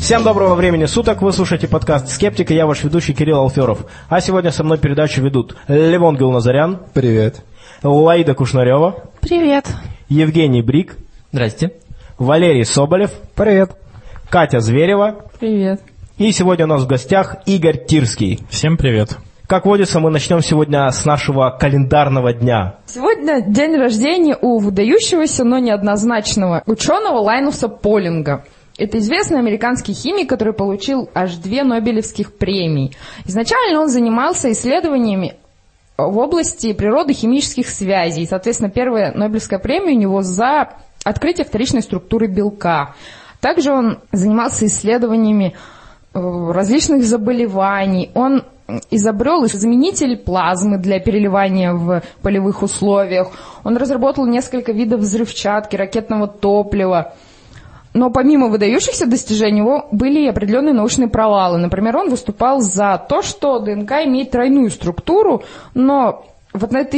Всем доброго времени суток, вы слушаете подкаст «Скептик», и я ваш ведущий Кирилл Алферов. А сегодня со мной передачу ведут Левон Гилназарян. Привет. Лаида Кушнарева. Привет. Евгений Брик. Здрасте. Валерий Соболев. Привет. Катя Зверева. Привет. И сегодня у нас в гостях Игорь Тирский. Всем привет. Как водится, мы начнем сегодня с нашего календарного дня. Сегодня день рождения у выдающегося, но неоднозначного ученого Лайнуса Полинга. Это известный американский химик, который получил аж 2 Нобелевских премии. Изначально он занимался исследованиями в области природы химических связей. Соответственно, первая Нобелевская премия у него за открытие вторичной структуры белка. Также он занимался исследованиями различных заболеваний. Он изобрел заменитель плазмы для переливания в полевых условиях. Он разработал несколько видов взрывчатки, ракетного топлива. Но помимо выдающихся достижений, у него были и определенные научные провалы. Например, он выступал за то, что ДНК имеет тройную структуру, но вот на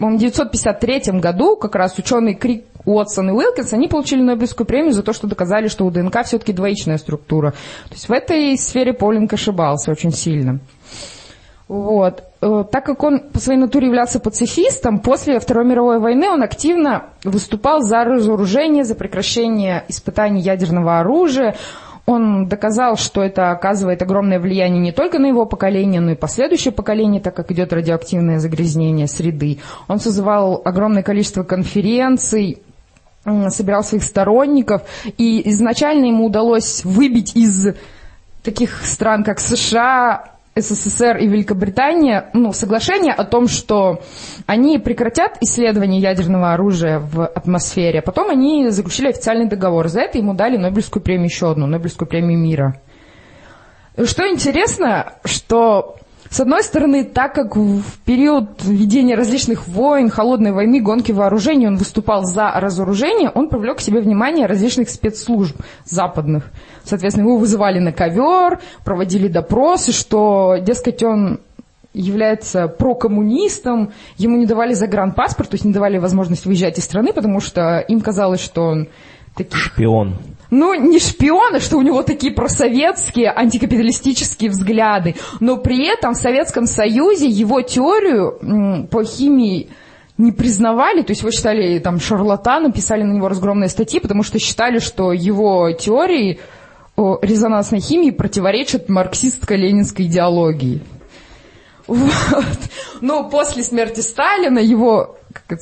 1953 году как раз ученые Крик, Уотсон и Уилкинс, они получили Нобелевскую премию за то, что доказали, что у ДНК все-таки двоичная структура. То есть в этой сфере Полинг ошибался очень сильно. Вот. Так как он по своей натуре являлся пацифистом, после Второй мировой войны он активно выступал за разоружение, за прекращение испытаний ядерного оружия. Он доказал, что это оказывает огромное влияние не только на его поколение, но и последующее поколение, так как идет радиоактивное загрязнение среды. Он созывал огромное количество конференций, собирал своих сторонников, и изначально ему удалось выбить из таких стран, как США, СССР и Великобритания, соглашение о том, что они прекратят исследование ядерного оружия в атмосфере. Потом они заключили официальный договор. За это ему дали Нобелевскую премию, еще одну, Нобелевскую премию мира. Что интересно, что, с одной стороны, так как в период ведения различных войн, холодной войны, гонки вооружений он выступал за разоружение, он привлек к себе внимание различных спецслужб западных. Соответственно, его вызывали на ковер, проводили допросы, что, дескать, он является прокоммунистом, ему не давали загранпаспорт, то есть не давали возможность выезжать из страны, потому что им казалось, что он шпион. Не шпион, а что у него такие просоветские, антикапиталистические взгляды. Но при этом в Советском Союзе его теорию по химии не признавали, то есть его считали там шарлатаном, писали на него разгромные статьи, потому что считали, что его теории о резонансной химии противоречат марксистско-ленинской идеологии. Вот. Но после смерти Сталина его,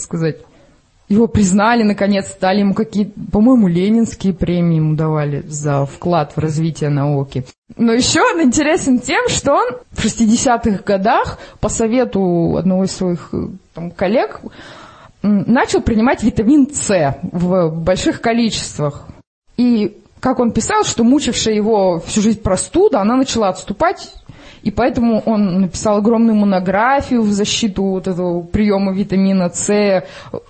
его признали, наконец, дали ему какие-то, по-моему, ленинские премии ему давали за вклад в развитие науки. Но еще он интересен тем, что он в 60-х годах по совету одного из своих коллег начал принимать витамин С в больших количествах. И, как он писал, что мучившая его всю жизнь простуда, она начала отступать, и поэтому он написал огромную монографию в защиту вот этого приема витамина С,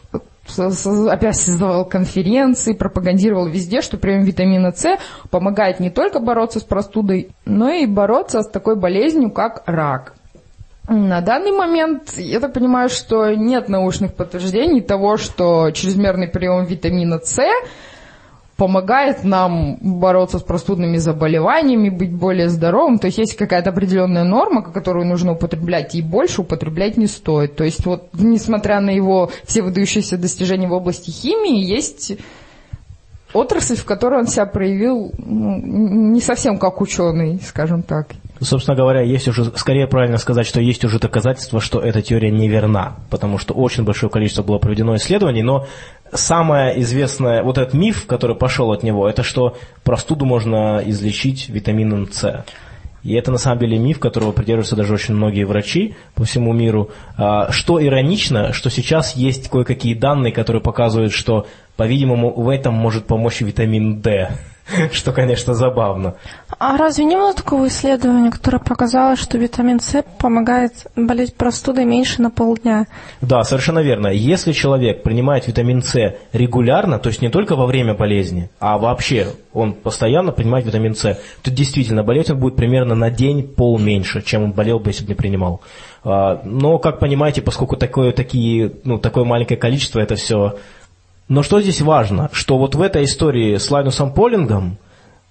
опять создавал конференции, пропагандировал везде, что прием витамина С помогает не только бороться с простудой, но и бороться с такой болезнью, как рак. На данный момент, я так понимаю, что нет научных подтверждений того, что чрезмерный прием витамина С помогает нам бороться с простудными заболеваниями, быть более здоровым. То есть есть какая-то определенная норма, которую нужно употреблять, и больше употреблять не стоит. То есть вот, несмотря на его все выдающиеся достижения в области химии, есть отрасль, в которой он себя проявил не совсем как ученый, скажем так. Собственно говоря, есть уже, скорее правильно сказать, что есть уже доказательства, что эта теория неверна, потому что очень большое количество было проведено исследований, но самое известное, вот этот миф, который пошел от него, это что простуду можно излечить витамином С. И это на самом деле миф, которого придерживаются даже очень многие врачи по всему миру. Что иронично, что сейчас есть кое-какие данные, которые показывают, что, по-видимому, в этом может помочь витамин D. Что, конечно, забавно. А разве не было такого исследования, которое показало, что витамин С помогает болеть простудой меньше на полдня? Да, совершенно верно. Если человек принимает витамин С регулярно, то есть не только во время болезни, а вообще он постоянно принимает витамин С, то действительно болеть он будет примерно на день-пол меньше, чем он болел бы, если бы не принимал. Но, как понимаете, поскольку такое маленькое количество, это все... Но что здесь важно, что вот в этой истории с Лайнусом Полингом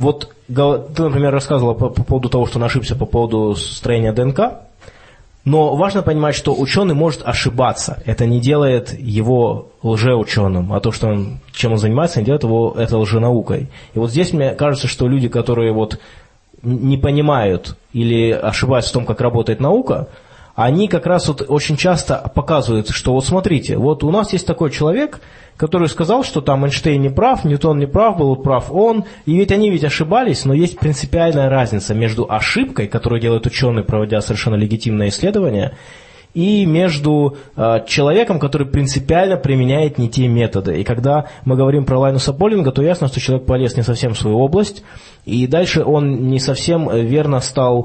Вот ты, например, рассказывала по поводу того, что он ошибся по поводу строения ДНК, но важно понимать, что ученый может ошибаться. Это не делает его лжеученым, а то, что чем он занимается, не делает его это лженаукой. И вот здесь мне кажется, что люди, которые вот не понимают или ошибаются в том, как работает наука, они как раз вот очень часто показывают, что вот смотрите, вот у нас есть такой человек, который сказал, что там Эйнштейн не прав, Ньютон не прав, был прав он, и ведь они ошибались, но есть принципиальная разница между ошибкой, которую делают ученые, проводя совершенно легитимное исследование, и между человеком, который принципиально применяет не те методы. И когда мы говорим про Лайнуса Полинга, то ясно, что человек полез не совсем в свою область, и дальше он не совсем верно стал,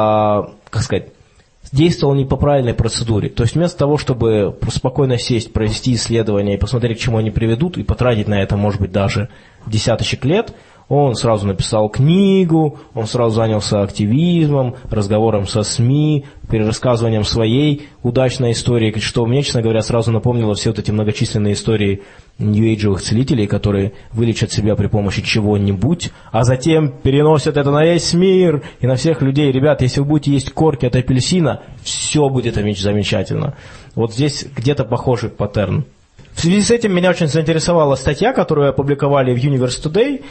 действовал не по правильной процедуре. То есть вместо того, чтобы спокойно сесть, провести исследования и посмотреть, к чему они приведут, и потратить на это, может быть, даже десяточек лет, он сразу написал книгу, он сразу занялся активизмом, разговором со СМИ, перерассказыванием своей удачной истории, что мне, честно говоря, сразу напомнило все вот эти многочисленные истории нью-эйджевых целителей, которые вылечат себя при помощи чего-нибудь, а затем переносят это на весь мир и на всех людей. Ребят, если вы будете есть корки от апельсина, все будет замечательно. Вот здесь где-то похожий паттерн. В связи с этим меня очень заинтересовала статья, которую опубликовали в Universe Today,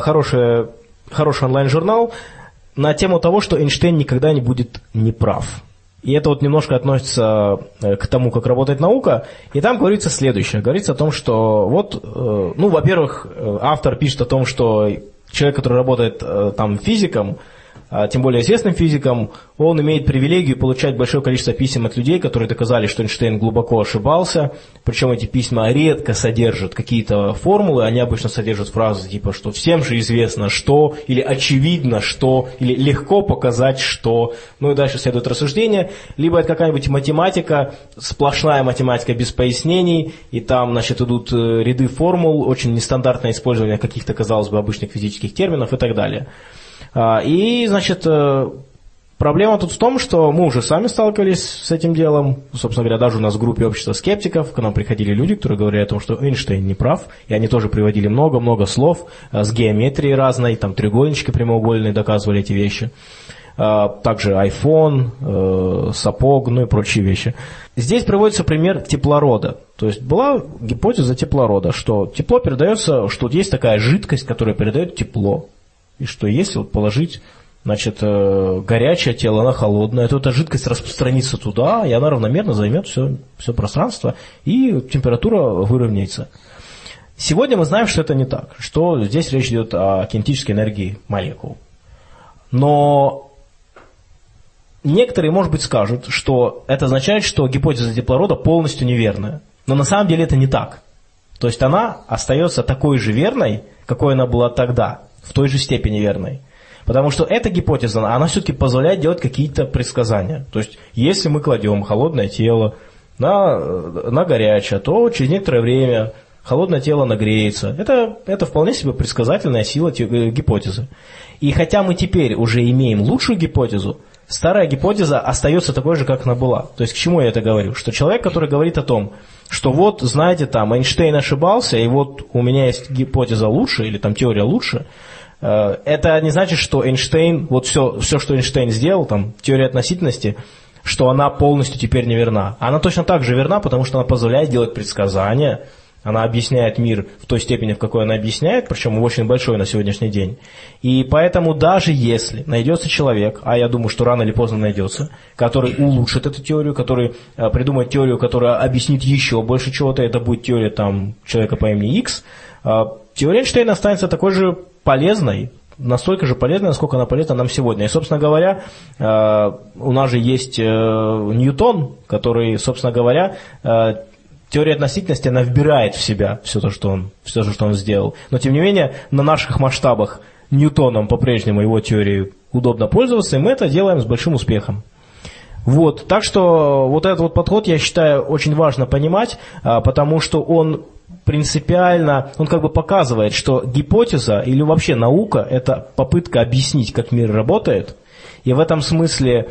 хороший онлайн-журнал, на тему того, что Эйнштейн никогда не будет неправ. И это вот немножко относится к тому, как работает наука. И там говорится следующее. Говорится о том, что во-первых, автор пишет о том, что человек, который работает там физиком, тем более известным физиком, он имеет привилегию получать большое количество писем от людей, которые доказали, что Эйнштейн глубоко ошибался. Причем эти письма редко содержат какие-то формулы, они обычно содержат фразы типа, что всем же известно что, или очевидно что, или легко показать что. Ну и дальше следует рассуждение. Либо это какая-нибудь математика, сплошная математика без пояснений, и там, идут ряды формул, очень нестандартное использование каких-то, казалось бы, обычных физических терминов и так далее. И, проблема тут в том, что мы уже сами сталкивались с этим делом. Собственно говоря, даже у нас в группе общества скептиков к нам приходили люди, которые говорили о том, что Эйнштейн не прав. И они тоже приводили много-много слов с геометрией разной, там треугольнички прямоугольные доказывали эти вещи. Также iPhone, сапог, и прочие вещи. Здесь приводится пример теплорода. То есть была гипотеза теплорода, что тепло передается, что есть такая жидкость, которая передает тепло. И что если положить, горячее тело на холодное, то эта жидкость распространится туда, и она равномерно займет все пространство, и температура выровняется. Сегодня мы знаем, что это не так, что здесь речь идет о кинетической энергии молекул. Но некоторые, может быть, скажут, что это означает, что гипотеза теплорода полностью неверная. Но на самом деле это не так. То есть она остается такой же верной, какой она была тогда, в той же степени верной. Потому что эта гипотеза, она все-таки позволяет делать какие-то предсказания. То есть, если мы кладем холодное тело на горячее, то через некоторое время холодное тело нагреется. Это вполне себе предсказательная сила гипотезы. И хотя мы теперь уже имеем лучшую гипотезу, старая гипотеза остается такой же, как она была. То есть, к чему я это говорю? Что человек, который говорит о том, что вот, знаете, там Эйнштейн ошибался, и вот у меня есть гипотеза лучше, или там теория лучше, это не значит, что Эйнштейн, вот все, что Эйнштейн сделал, там, теория относительности, что она полностью теперь неверна. Она точно так же верна, потому что она позволяет делать предсказания, она объясняет мир в той степени, в какой она объясняет, причем очень большой на сегодняшний день. И поэтому даже если найдется человек, а я думаю, что рано или поздно найдется, который улучшит эту теорию, который придумает теорию, которая объяснит еще больше чего-то, это будет теория там, человека по имени X, теория Эйнштейна останется такой же полезной, настолько же полезной, насколько она полезна нам сегодня. И, собственно говоря, у нас же есть Ньютон, который, собственно говоря, теория относительности, она вбирает в себя все то, что он сделал. Но, тем не менее, на наших масштабах Ньютоном по-прежнему его теорией удобно пользоваться, и мы это делаем с большим успехом. Вот. Так что вот этот вот подход, я считаю, очень важно понимать, потому что он принципиально, он как бы показывает, что гипотеза или вообще наука – это попытка объяснить, как мир работает, и в этом смысле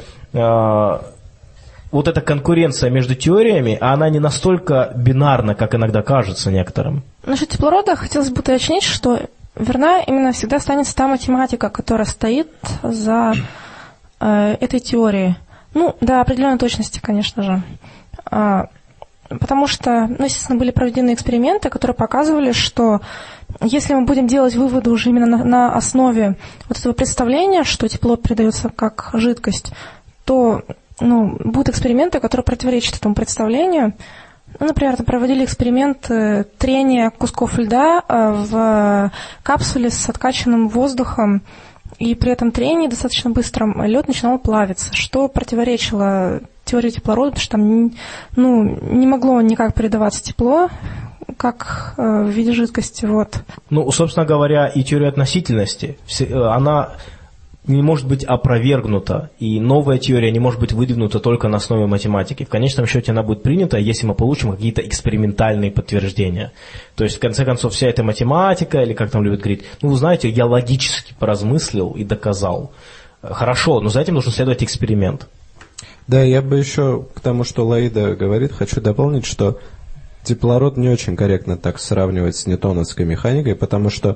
вот эта конкуренция между теориями, она не настолько бинарна, как иногда кажется некоторым. Насчет теплорода хотелось бы уточнить, что верна именно всегда останется та математика, которая стоит за этой теорией. Ну, до определенной точности, конечно же. Потому что, естественно, были проведены эксперименты, которые показывали, что если мы будем делать выводы уже именно на основе вот этого представления, что тепло передается как жидкость, то будут эксперименты, которые противоречат этому представлению. Например, проводили эксперимент трения кусков льда в капсуле с откачанным воздухом, и при этом трении достаточно быстром лед начинал плавиться, что противоречило теории кислорода, потому что там не могло никак передаваться тепло, как в виде жидкости. Вот. Собственно говоря, и теория относительности, она не может быть опровергнута, и новая теория не может быть выдвинута только на основе математики. В конечном счете она будет принята, если мы получим какие-то экспериментальные подтверждения. То есть, в конце концов, вся эта математика, или как там любят говорить, вы знаете, я логически поразмыслил и доказал. Хорошо, но за этим должен следовать эксперимент. Да, я бы еще к тому, что Лаида говорит, хочу дополнить, что теплород не очень корректно так сравнивать с ньютоновской механикой, потому что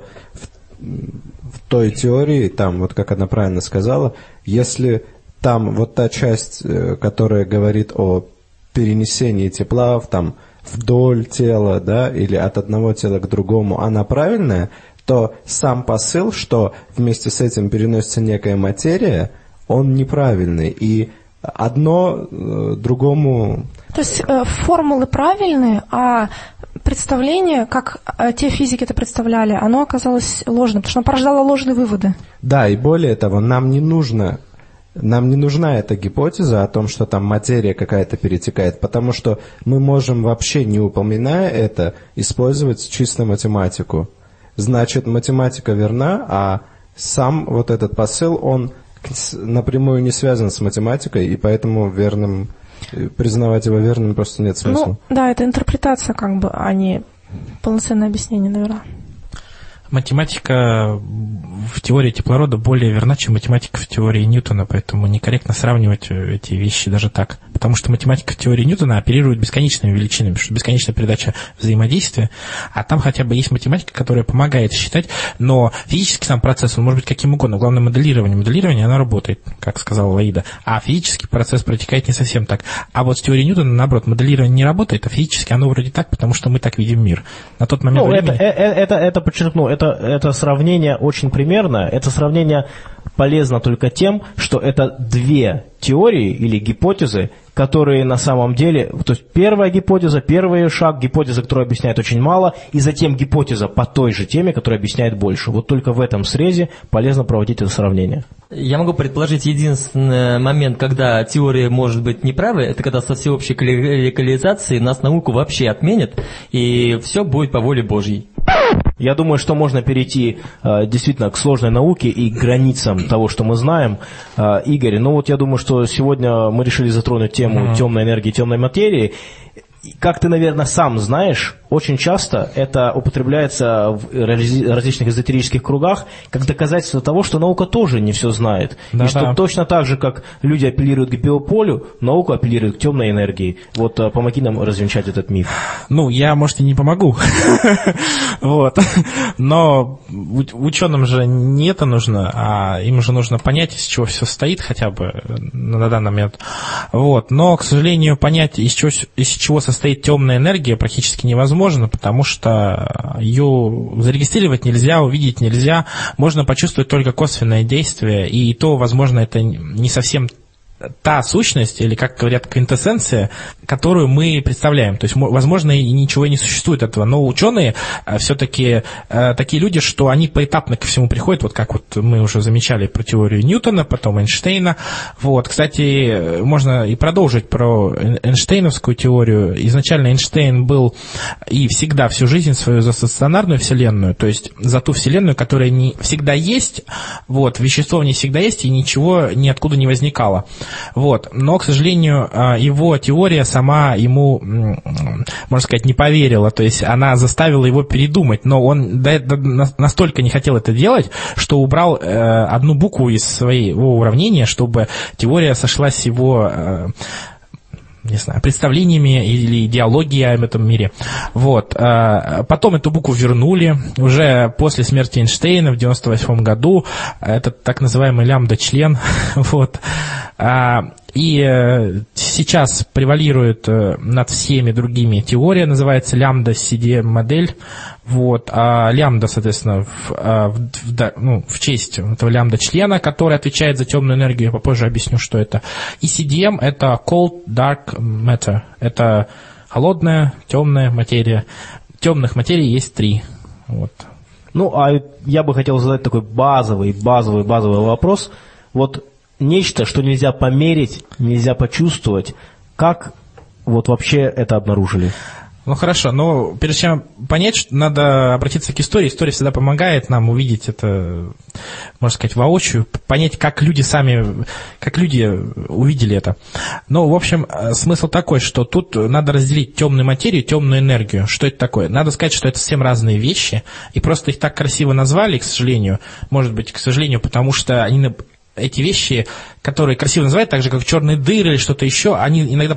в той теории, там, вот как она правильно сказала, если там вот та часть, которая говорит о перенесении тепла там, вдоль тела, да, или от одного тела к другому, она правильная, то сам посыл, что вместе с этим переносится некая материя, он неправильный. И одно другому... То есть формулы правильные, а представление, как те физики это представляли, оно оказалось ложным, потому что оно порождало ложные выводы. Да, и более того, нам не нужна эта гипотеза о том, что там материя какая-то перетекает, потому что мы можем вообще, не упоминая это, использовать чисто математику. Значит, математика верна, а сам вот этот посыл, он напрямую не связан с математикой, и поэтому признавать его верным просто нет смысла. Да, это интерпретация, а не полноценное объяснение, наверное. Математика в теории теплорода более верна, чем математика в теории Ньютона, поэтому некорректно сравнивать эти вещи даже так. Потому что математика в теории Ньютона оперирует бесконечными величинами, что бесконечная передача взаимодействия, а там хотя бы есть математика, которая помогает считать, но физический сам процесс, он может быть каким угодно. Главное моделирование. Моделирование, оно работает, как сказала Лаида, а физический процесс протекает не совсем так. А вот с теорией Ньютона, наоборот, моделирование не работает, а физически оно вроде так, потому что мы так видим мир. На тот момент времени... Это подчеркну, это сравнение очень примерное, это сравнение полезно только тем, что это две теории или гипотезы, которые на самом деле, то есть первая гипотеза, первый шаг, гипотеза, которая объясняет очень мало, и затем гипотеза по той же теме, которая объясняет больше. Вот только в этом срезе полезно проводить это сравнение. Я могу предположить единственный момент, когда теория может быть неправой, это когда со всеобщей локализацией нас науку вообще отменят, и все будет по воле Божьей. Я думаю, что можно перейти действительно к сложной науке и к границам того, что мы знаем. Игорь, я думаю, что сегодня мы решили затронуть тему темной энергии, темной материи. Как ты, наверное, сам знаешь, очень часто это употребляется в различных эзотерических кругах как доказательство того, что наука тоже не все знает. Да, и что точно так же, как люди апеллируют к биополю, наука апеллирует к темной энергии. Вот помоги нам развенчать этот миф. Я, может, и не помогу. Но ученым же не это нужно, а им же нужно понять, из чего все состоит хотя бы на данный момент. Но, к сожалению, понять, из чего состоит темная энергия, практически невозможно, потому что ее зарегистрировать нельзя, увидеть нельзя, можно почувствовать только косвенное действие, и то, возможно, это не совсем та сущность, или, как говорят, квинтэссенция, которую мы представляем. То есть, возможно, и ничего и не существует этого. Но ученые все-таки такие люди, что они поэтапно ко всему приходят, вот как мы уже замечали про теорию Ньютона, потом Эйнштейна. Кстати, можно и продолжить про Эйнштейновскую теорию. Изначально Эйнштейн был и всегда всю жизнь свою за стационарную вселенную, то есть за ту вселенную, которая не всегда есть, вещество не всегда есть, и ничего ниоткуда не возникало. Но, к сожалению, его теория сама ему, можно сказать, не поверила, то есть она заставила его передумать, но он настолько не хотел это делать, что убрал одну букву из своего уравнения, чтобы теория сошлась с его не знаю, представлениями или идеологией об этом мире. Вот. Потом эту букву вернули уже после смерти Эйнштейна в 1998 году. Это так называемый лямбда-член. Вот. И сейчас превалирует над всеми другими теория, называется лямбда-CDM-модель. Вот. А лямбда, соответственно, в честь этого лямбда-члена, который отвечает за темную энергию, я попозже объясню, что это. И CDM — это Cold Dark Matter. Это холодная, темная материя. Темных материй есть 3. Вот. Ну, а я бы хотел задать такой базовый вопрос. Вот нечто, что нельзя померить, нельзя почувствовать. Как вот вообще это обнаружили? Ну, хорошо, но перед чем понять, что надо обратиться к истории. История всегда помогает нам увидеть это, можно сказать, воочию, понять, как люди увидели это. Ну, в общем, смысл такой, что тут надо разделить темную материю и темную энергию. Что это такое? Надо сказать, что это совсем разные вещи, и просто их так красиво назвали, к сожалению, может быть, к сожалению, потому что эти вещи, которые красиво называют, так же, как черные дыры или что-то еще, они иногда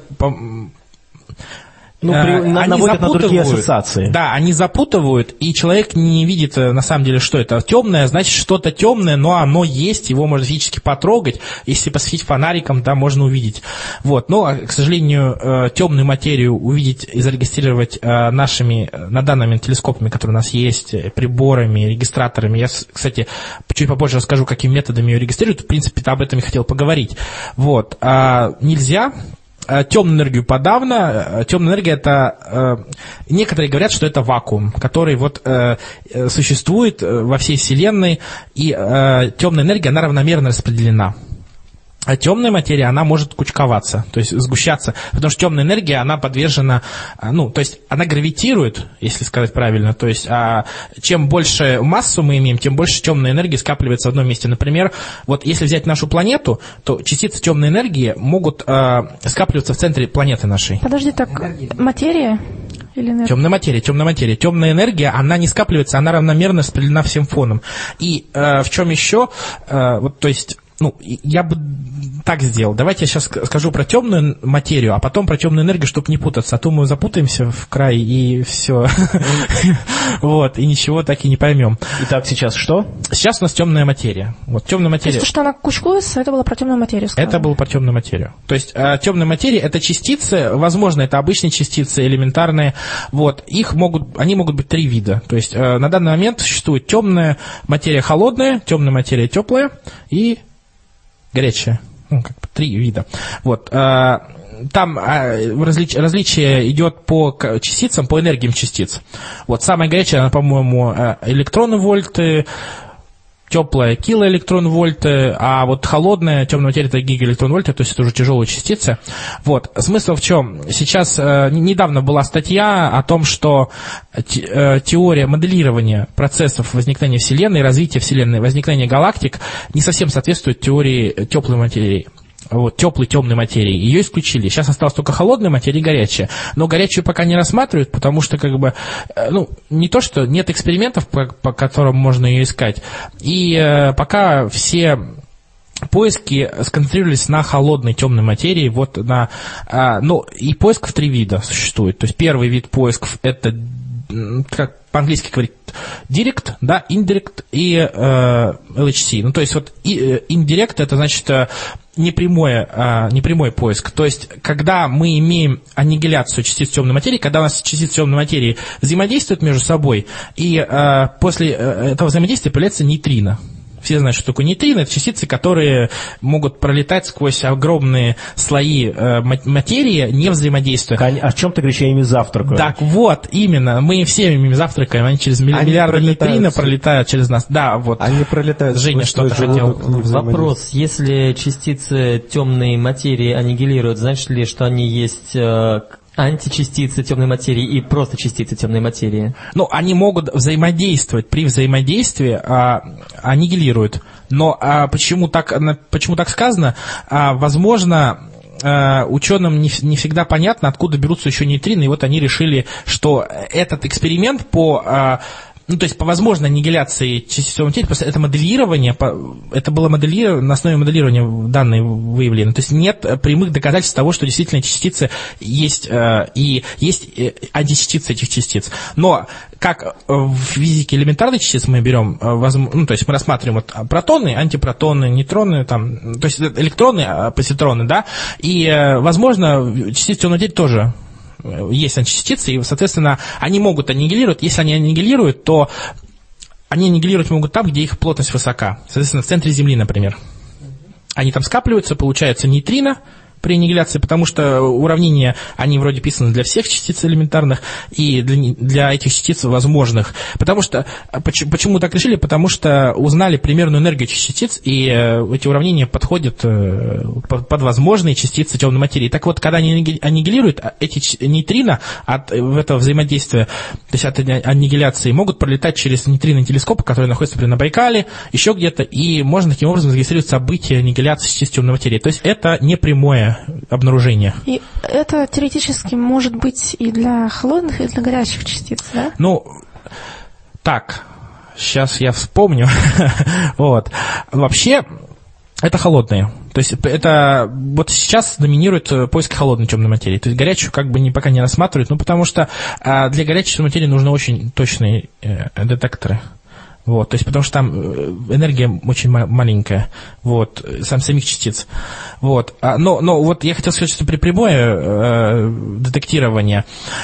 наводят на другие ассоциации. Да, они запутывают, и человек не видит на самом деле, что это темное, значит, что-то темное, но оно есть, его можно физически потрогать, если посветить фонариком, да, можно увидеть. Вот. Но, к сожалению, темную материю увидеть и зарегистрировать нашими, на данный момент, телескопами, которые у нас есть, приборами, регистраторами. Я, кстати, чуть попозже расскажу, какими методами ее регистрируют. В принципе, об этом я хотел поговорить. Вот. Нельзя. Темную энергию подавно. Темная энергия — это... некоторые говорят, что это вакуум, который вот существует во всей Вселенной, и темная энергия, она равномерно распределена. А темная материя, она может кучковаться, то есть сгущаться, потому что темная энергия, она подвержена, то есть она гравитирует, если сказать правильно, то есть чем больше массу мы имеем, тем больше темной энергии скапливается в одном месте. Например, вот если взять нашу планету, то частицы темной энергии могут скапливаться в центре планеты нашей. Подожди, так материя? Или энергия? Темная материя. Темная энергия, она не скапливается, она равномерно распределена всем фоном. И в чем еще, вот, то есть... я бы так сделал. Давайте я сейчас скажу про темную материю, а потом про темную энергию, чтобы не путаться. А то мы запутаемся в край, и все. Вот, и ничего так и не поймем. Итак, сейчас что? Сейчас у нас темная материя. Вот темная материя. То есть, что она кучкуется, это было про темную материю сказано. Это было про темную материю. То есть, темная материя — это частицы, возможно, это обычные частицы, элементарные. Вот, они могут быть 3 вида. То есть, на данный момент существует темная материя холодная, темная материя теплая и горячая. 3 вида. Вот. Там различие идет по частицам, по энергиям частиц. Вот самая горячая, она, по-моему, электроны-вольты, теплая килоэлектрон-вольты, а вот холодная темная материя — это гигаэлектрон-вольты, то есть это уже тяжелые частицы. Вот. Смысл в чем? Сейчас недавно была статья о том, что теория моделирования процессов возникновения Вселенной, развития Вселенной, возникновения галактик не совсем соответствует теории теплой материи. Вот, теплой темной материи. Ее исключили. Сейчас осталась только холодная материя и горячая. Но горячую пока не рассматривают, потому что, не то, что нет экспериментов, по которым можно ее искать. И пока все поиски сконцентрировались на холодной темной материи. Вот и поисков 3 вида существует. То есть первый вид поисков — это, как по-английски говорить, direct, да, indirect и LHC. То есть вот indirect — это значит непрямой поиск. То есть, когда мы имеем аннигиляцию частиц темной материи, когда у нас частицы темной материи взаимодействуют между собой, и после этого взаимодействия появляется нейтрино. Все знают, что такое нейтрино. Это частицы, которые могут пролетать сквозь огромные слои материи, не взаимодействуя. О чем ты говоришь? Я ими завтракаю. Так вот, именно. Мы все ими завтракаем. Они через миллиарды нейтрино пролетают через нас. Да, вот. Они пролетают. Женя что-то хотел. Вопрос. Если частицы темной материи аннигилируют, значит ли, что они есть... античастицы темной материи и просто частицы темной материи? Они могут взаимодействовать. При взаимодействии аннигилируют. Но почему так сказано? Возможно, ученым не всегда понятно, откуда берутся еще нейтрино, и вот они решили, что этот эксперимент по ну, то есть по возможной аннигиляции частиц темной материи, просто это моделирование, это было на основе моделирования данные выявлены. То есть нет прямых доказательств того, что действительно частицы есть, и есть античастицы этих частиц. Но как в физике элементарных частиц мы берем, ну, то есть мы рассматриваем вот протоны, антипротоны, нейтроны, там, то есть электроны, позитроны, да, и, возможно, частицы темной материи тоже есть античастицы, и, соответственно, они могут аннигилировать. Если они аннигилируют, то они аннигилировать могут там, где их плотность высока. Соответственно, в центре Земли, например. Они там скапливаются, получается нейтрино при аннигиляции, потому что уравнения, они вроде писаны для всех частиц элементарных и для этих частиц возможных. Потому что, почему так решили? Потому что узнали примерную энергию этих частиц, и эти уравнения подходят под возможные частицы темной материи. Так вот, когда они аннигилируют, эти нейтрино от этого взаимодействия, то есть от аннигиляции, могут пролетать через нейтрино телескопы, которые находятся, например, на Байкале, еще где-то, и можно таким образом зарегистрировать события аннигиляции частиц темной материи. То есть это не прямое обнаружение. И это теоретически может быть и для холодных, и для горячих частиц, да? Ну, так, сейчас я вспомню. Вот. Вообще, это холодные. То есть это вот сейчас доминирует поиск холодной темной материи. То есть горячую как бы пока не рассматривают, ну потому что для горячей темной материи нужны очень точные детекторы. Вот, то есть, потому что там энергия очень маленькая, вот, самих частиц. Вот. Но вот я хотел сказать, что при прямое детектирование,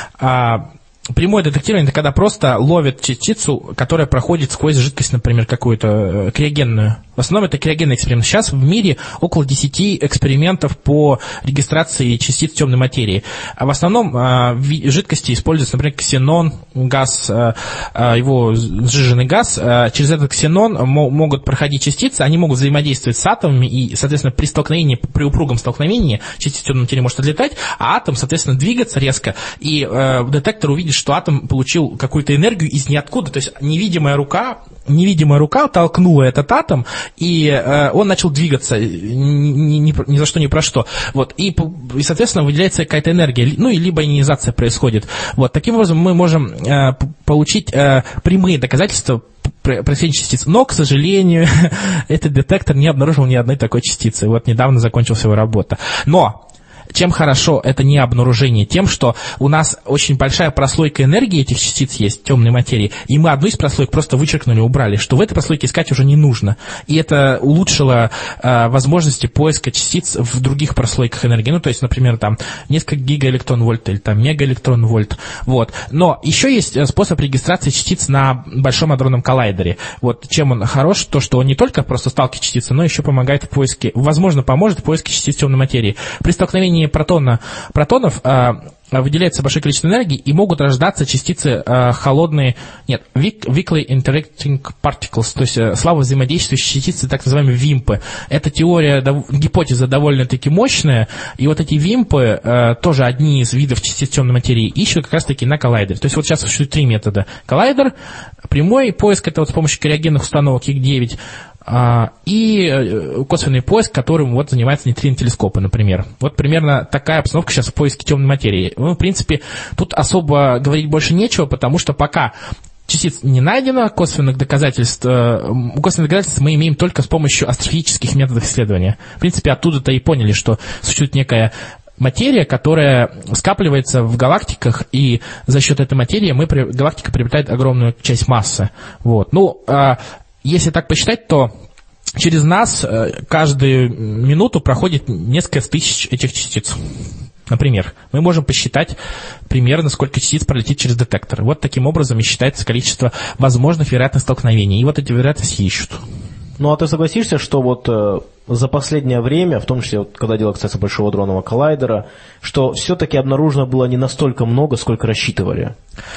прямое детектирование – это когда просто ловят частицу, которая проходит сквозь жидкость, например, какую-то криогенную. В основном это криогенный эксперимент. Сейчас в мире около 10 экспериментов по регистрации частиц темной материи. А в основном в жидкости используется, например, ксенон, газ, его сжиженный газ. Через этот ксенон могут проходить частицы, они могут взаимодействовать с атомами, и, соответственно, при столкновении, при упругом столкновении частица темной материи может отлетать, а атом, соответственно, двигаться резко, и детектор увидит, что атом получил какую-то энергию из ниоткуда, то есть невидимая рука толкнула этот атом, и он начал двигаться ни за что, ни про что. Вот. И, соответственно, выделяется какая-то энергия, ну, и либо ионизация происходит. Вот. Таким образом, мы можем получить прямые доказательства происхождения частиц. Но, к сожалению, этот детектор не обнаружил ни одной такой частицы. Вот недавно закончилась его работа. Но чем хорошо это не обнаружение? Тем, что у нас очень большая прослойка энергии этих частиц есть, темной материи, и мы одну из прослоек просто вычеркнули, убрали, что в этой прослойке искать уже не нужно. И это улучшило возможности поиска частиц в других прослойках энергии. Ну, то есть, например, там несколько гигаэлектрон-вольт или там мегаэлектрон-вольт. Вот. Но еще есть способ регистрации частиц на Большом адронном коллайдере. Вот чем он хорош, то, что он не только просто сталкивает частицы, но еще помогает в поиске, возможно, поможет в поиске частиц темной материи. При столкновении протонов выделяется большое количество энергии, и могут рождаться частицы холодные, weakly interacting particles, то есть слабо взаимодействующие частицы, так называемые вимпы. Эта гипотеза довольно-таки мощная, и вот эти вимпы, тоже одни из видов частиц темной материи, ищут как раз-таки на коллайдере. То есть вот сейчас существует 3 метода. Коллайдер, прямой поиск, это вот с помощью криогенных установок ИК-9, и косвенный поиск, которым вот занимаются нейтрино-телескопы, например. Вот примерно такая обстановка сейчас в поиске темной материи. Ну, в принципе, тут особо говорить больше нечего, потому что пока частиц не найдено, косвенных доказательств мы имеем только с помощью астрофизических методов исследования. В принципе, оттуда-то и поняли, что существует некая материя, которая скапливается в галактиках, и за счет этой материи галактика приобретает огромную часть массы. Вот. Ну, если так посчитать, то через нас каждую минуту проходит несколько тысяч этих частиц. Например, мы можем посчитать примерно, сколько частиц пролетит через детектор. Вот таким образом и считается количество возможных вероятных столкновений. И вот эти вероятности ищут. Ну, а ты согласишься, что вот за последнее время, в том числе, вот, когда дело касается Большого адронного коллайдера, что все-таки обнаружено было не настолько много, сколько рассчитывали?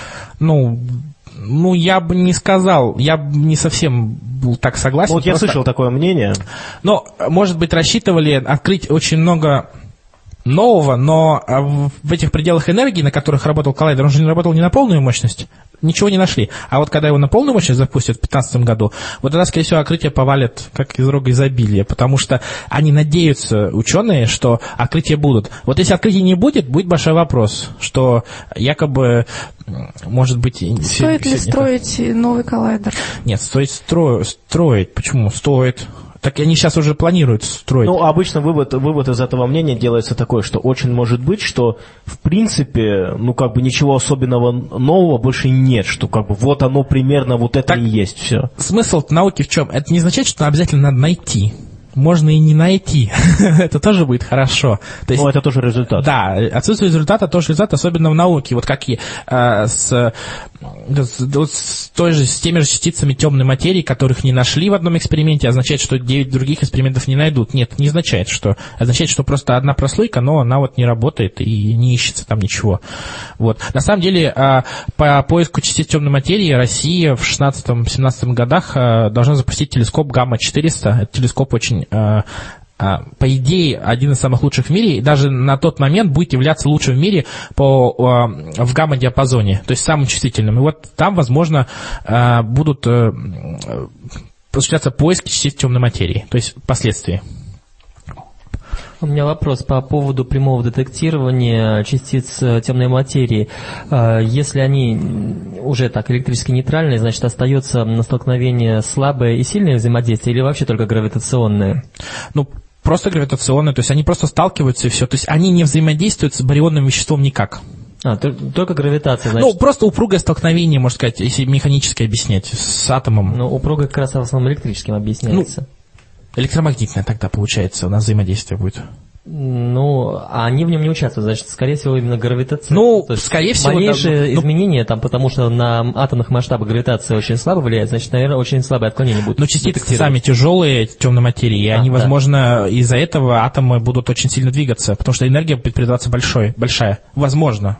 Ну, я бы не сказал, я бы не совсем был так согласен. Вот я слышал такое мнение. Но, может быть, рассчитывали открыть очень много нового, но в этих пределах энергии, на которых работал коллайдер, он же не работал не на полную мощность. ничего не нашли. А вот когда его на полную мощность запустят в 2015 году, вот тогда, скорее всего, открытия повалят как из рога изобилия, потому что они надеются, ученые, что открытия будут. Вот если открытий не будет, будет большой вопрос, что якобы, может быть... Стоит ли строить новый коллайдер? Нет, стоит строить. Почему? Стоит. Так они сейчас уже планируют строить. Ну, обычно вывод из этого мнения делается такой, что очень может быть, что в принципе, ну, как бы ничего особенного нового больше нет, что как бы вот оно примерно вот это так, и есть все. Смысл науки в чем? Это не означает, что обязательно надо найти. Можно и не найти. Это тоже будет хорошо. То есть, это тоже результат. Да, отсутствие результата тоже результат, особенно в науке. Вот как и с теми же частицами темной материи, которых не нашли в одном эксперименте, означает, что 9 других экспериментов не найдут. Нет, не означает, что. Означает, что просто одна прослойка, но она вот не работает и не ищется там ничего. Вот. На самом деле, по поиску частиц темной материи Россия в 16-17 годах должна запустить телескоп Гамма-400. Этот телескоп очень... по идее, один из самых лучших в мире, и даже на тот момент будет являться лучшим в мире в гамма-диапазоне, то есть самым чувствительным. И вот там, возможно, будут осуществляться поиски частиц темной материи, то есть впоследствии. У меня вопрос по поводу прямого детектирования частиц темной материи. Если они уже так электрически нейтральные, значит, остается на столкновение слабое и сильное взаимодействие или вообще только гравитационное? Ну, просто гравитационное, то есть они просто сталкиваются и все. То есть они не взаимодействуют с барионным веществом никак. Только гравитация, значит. Ну, просто упругое столкновение, можно сказать, если механически объяснять, с атомом. Ну, упругое как раз в основном электрическим объясняется. Ну, электромагнитное тогда, получается, у нас взаимодействие будет. Ну, а они в нем не участвуют, значит, скорее всего, именно гравитация. Ну, скорее всего... Малейшие изменения, там, потому что на атомных масштабах гравитация очень слабо влияет, значит, наверное, очень слабое отклонение будет. Но частицы сами тяжелые, темной материи, и они, возможно, из-за этого атомы будут очень сильно двигаться, потому что энергия будет передаваться большая. Возможно.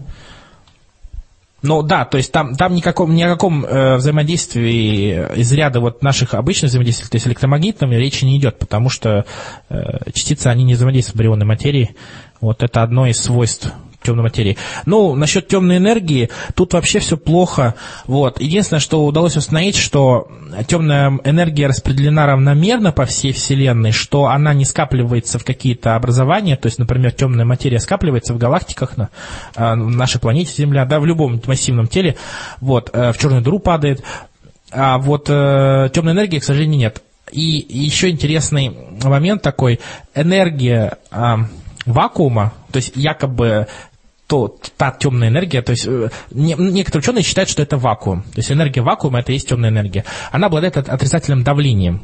Ну да, то есть там ни о каком взаимодействии из ряда вот наших обычных взаимодействий, то есть электромагнитном, речи не идет, потому что частицы, они не взаимодействуют с барионной материей. Вот это одно из свойств темной материи. Ну, насчет темной энергии, тут вообще все плохо. Вот. Единственное, что удалось установить, что темная энергия распределена равномерно по всей Вселенной, что она не скапливается в какие-то образования, то есть, например, темная материя скапливается в галактиках, на нашей планете Земля, да, в любом массивном теле, вот, в черную дыру падает, а вот темной энергии, к сожалению, нет. И еще интересный момент такой, энергия вакуума, то есть якобы та темная энергия, то есть некоторые ученые считают, что это вакуум. То есть энергия вакуума — это и есть темная энергия. Она обладает отрицательным давлением.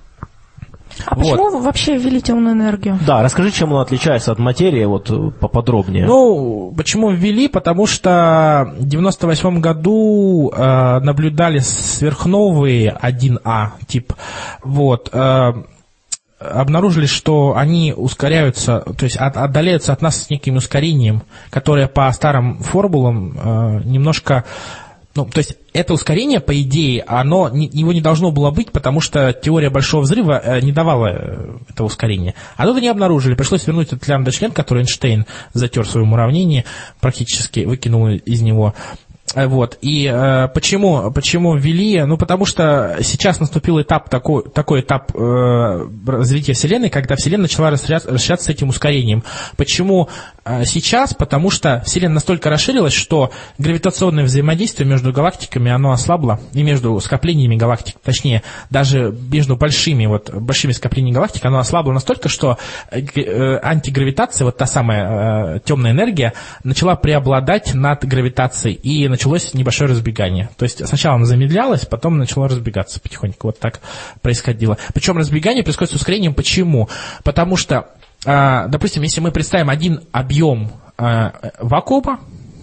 А почему вообще ввели темную энергию? Да, расскажи, чем она отличается от материи, вот поподробнее. Ну, почему ввели? Потому что в 1998 году наблюдали сверхновые 1А тип, вот, обнаружили, что они ускоряются, то есть отдаляются от нас с неким ускорением, которое по старым формулам немножко... Ну, то есть это ускорение, по идее, его не должно было быть, потому что теория Большого Взрыва не давала этого ускорения. А тут они обнаружили. Пришлось вернуть этот лямбда-член, который Эйнштейн затер в своем уравнении, практически выкинул из него. Вот. И почему ввели? Ну, потому что сейчас наступил такой этап развития Вселенной, когда Вселенная начала расширяться с этим ускорением. Почему сейчас? Потому что Вселенная настолько расширилась, что гравитационное взаимодействие между галактиками, оно ослабло, и между скоплениями галактик, точнее, даже между большими скоплениями галактик, оно ослабло настолько, что антигравитация, вот та самая темная энергия, начала преобладать над гравитацией, и началось небольшое разбегание. То есть сначала оно замедлялось, потом начало разбегаться потихоньку. Вот так происходило. Причем разбегание происходит с ускорением. Почему? Потому что, допустим, если мы представим один объем вакуума,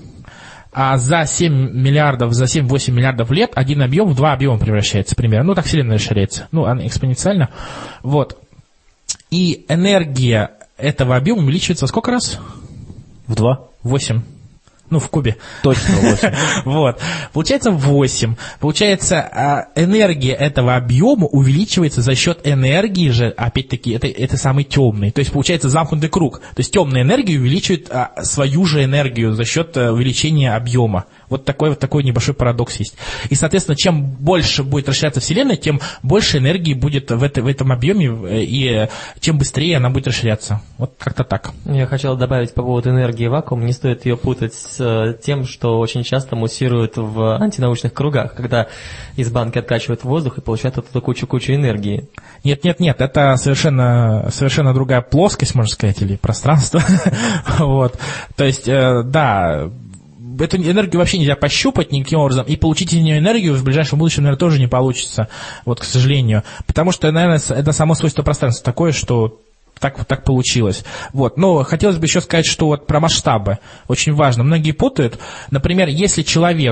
а за 7-8 миллиардов лет один объем в два объема превращается примерно. Ну, так Вселенная расширяется. Ну, она экспоненциально. Вот. И энергия этого объема увеличивается во сколько раз? В 2. 8. Ну, в кубе. Точно 8. Вот. Получается 8. Получается, энергия этого объема увеличивается за счет энергии же, опять-таки, это самый темный. То есть, получается замкнутый круг. То есть, темная энергия увеличивает свою же энергию за счет увеличения объема. Вот такой небольшой парадокс есть. И, соответственно, чем больше будет расширяться Вселенная, тем больше энергии будет в этом объеме, и тем быстрее она будет расширяться. Вот как-то так. Я хотел добавить по поводу энергии вакуума. Не стоит ее путать с тем, что очень часто муссируют в антинаучных кругах, когда из банки откачивают воздух и получают оттуда кучу энергии. Нет, это совершенно другая плоскость, можно сказать, или пространство. Вот. То есть, да, эту энергию вообще нельзя пощупать никаким образом, и получить из нее энергию в ближайшем будущем, наверное, тоже не получится, вот, к сожалению. Потому что, наверное, это само свойство пространства такое, что так получилось. Вот. Но хотелось бы еще сказать, что вот про масштабы очень важно. Многие путают. Например, если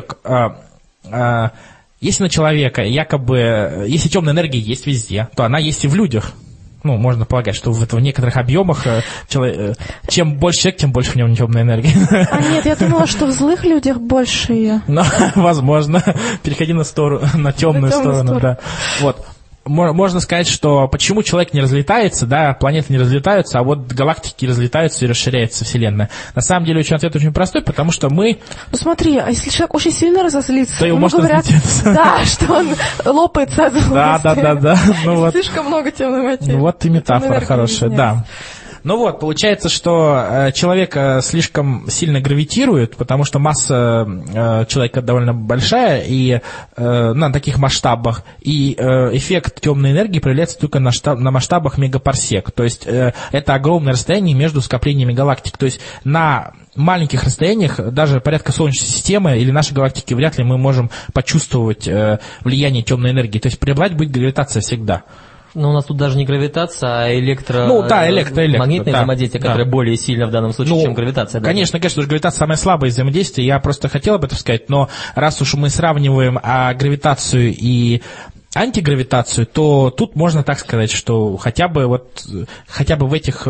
на человека якобы, если темная энергия есть везде, то она есть и в людях. Ну, можно полагать, что в некоторых объемах чем больше человек, тем больше в нем темной энергии. А нет, я думала, что в злых людях больше ее. Ну, возможно. Переходи на темную сторону, да. Вот. Можно сказать, что почему человек не разлетается, да, планеты не разлетаются, а вот галактики разлетаются и расширяется Вселенная. На самом деле ответ очень простой, потому что мы... Ну смотри, а если человек очень сильно разозлится, то ему может говорят, да, что он лопается от злости. Да. Ну, вот. Слишком много темной материи. Вот и метафора хорошая, да. Ну вот, получается, что человек слишком сильно гравитирует, потому что масса человека довольно большая и на таких масштабах, и эффект темной энергии проявляется только на масштабах мегапарсек. То есть это огромное расстояние между скоплениями галактик. То есть на маленьких расстояниях, даже порядка Солнечной системы или нашей галактики, вряд ли мы можем почувствовать влияние темной энергии. То есть преобладать будет гравитация всегда. Но у нас тут даже не гравитация, а магнитное взаимодействие, которое более сильно в данном случае, чем гравитация. Конечно, потому что гравитация самое слабое взаимодействие. Я просто хотел об этом сказать, но раз уж мы сравниваем гравитацию и антигравитацию, то тут можно так сказать, что хотя бы в этих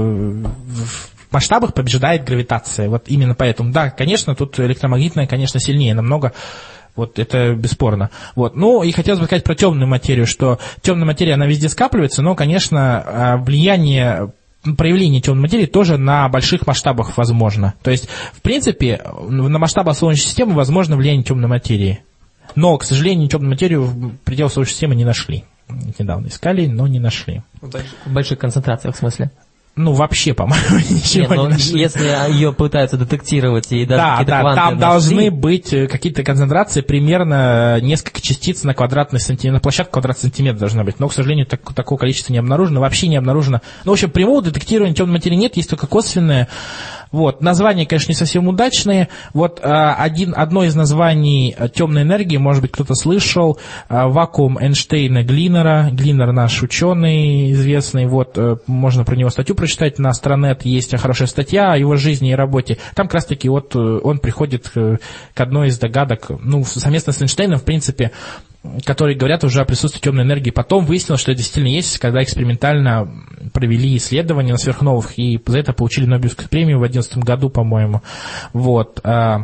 масштабах побеждает гравитация. Вот именно поэтому. Да, конечно, тут электромагнитная, конечно, сильнее намного. Вот это бесспорно. Вот. Ну и хотелось бы сказать про темную материю, что темная материя, она везде скапливается, но, конечно, проявление темной материи тоже на больших масштабах возможно. То есть, в принципе, на масштабах Солнечной системы возможно влияние темной материи. Но, к сожалению, темную материю в пределах Солнечной системы не нашли. Недавно искали, но не нашли. В больших концентрациях, в смысле? Ну, вообще, по-моему, ничего не нашли. Если ее пытаются детектировать и даже какие-то кванты там должны быть какие-то концентрации, примерно несколько частиц на квадратный сантиметр, на площадку квадратный сантиметр должна быть. Но, к сожалению, такого количества не обнаружено, вообще не обнаружено. Ну, в общем, прямого детектирования темной материи нет, есть только косвенное. Вот. Названия, конечно, не совсем удачные. Вот одно из названий темной энергии, может быть, кто-то слышал, вакуум Эйнштейна-Глинера. Глинер наш ученый известный, вот, можно про него статью прочитать на Астронет, есть хорошая статья о его жизни и работе. Там как раз-таки вот он приходит к одной из догадок, ну, совместно с Эйнштейном, в принципе, которые говорят уже о присутствии темной энергии. Потом выяснилось, что это действительно есть, когда экспериментально провели исследования на сверхновых, и за это получили Нобелевскую премию в 2011 году, по-моему. Вот.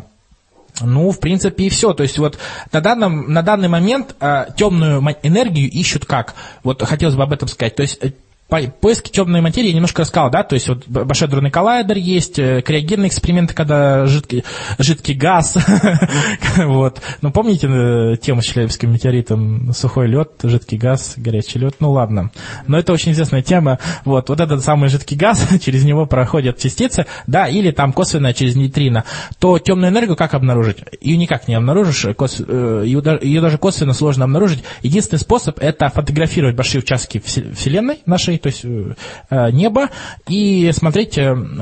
Ну, в принципе, и все. То есть вот на данный момент темную энергию ищут как? Вот хотелось бы об этом сказать. То есть поиски темной материи я немножко рассказал, да, то есть вот Большой адронный коллайдер есть, криогенные эксперименты, когда жидкий газ, вот. Ну, помните тему с Челябинским метеоритом? Сухой лед, жидкий газ, горячий лед, ну ладно. Но это очень известная тема, вот этот самый жидкий газ, через него проходят частицы, да, или там косвенно через нейтрино. То темную энергию как обнаружить? Ее никак не обнаружишь, ее даже косвенно сложно обнаружить. Единственный способ — это фотографировать большие участки Вселенной нашей, то есть небо, и смотреть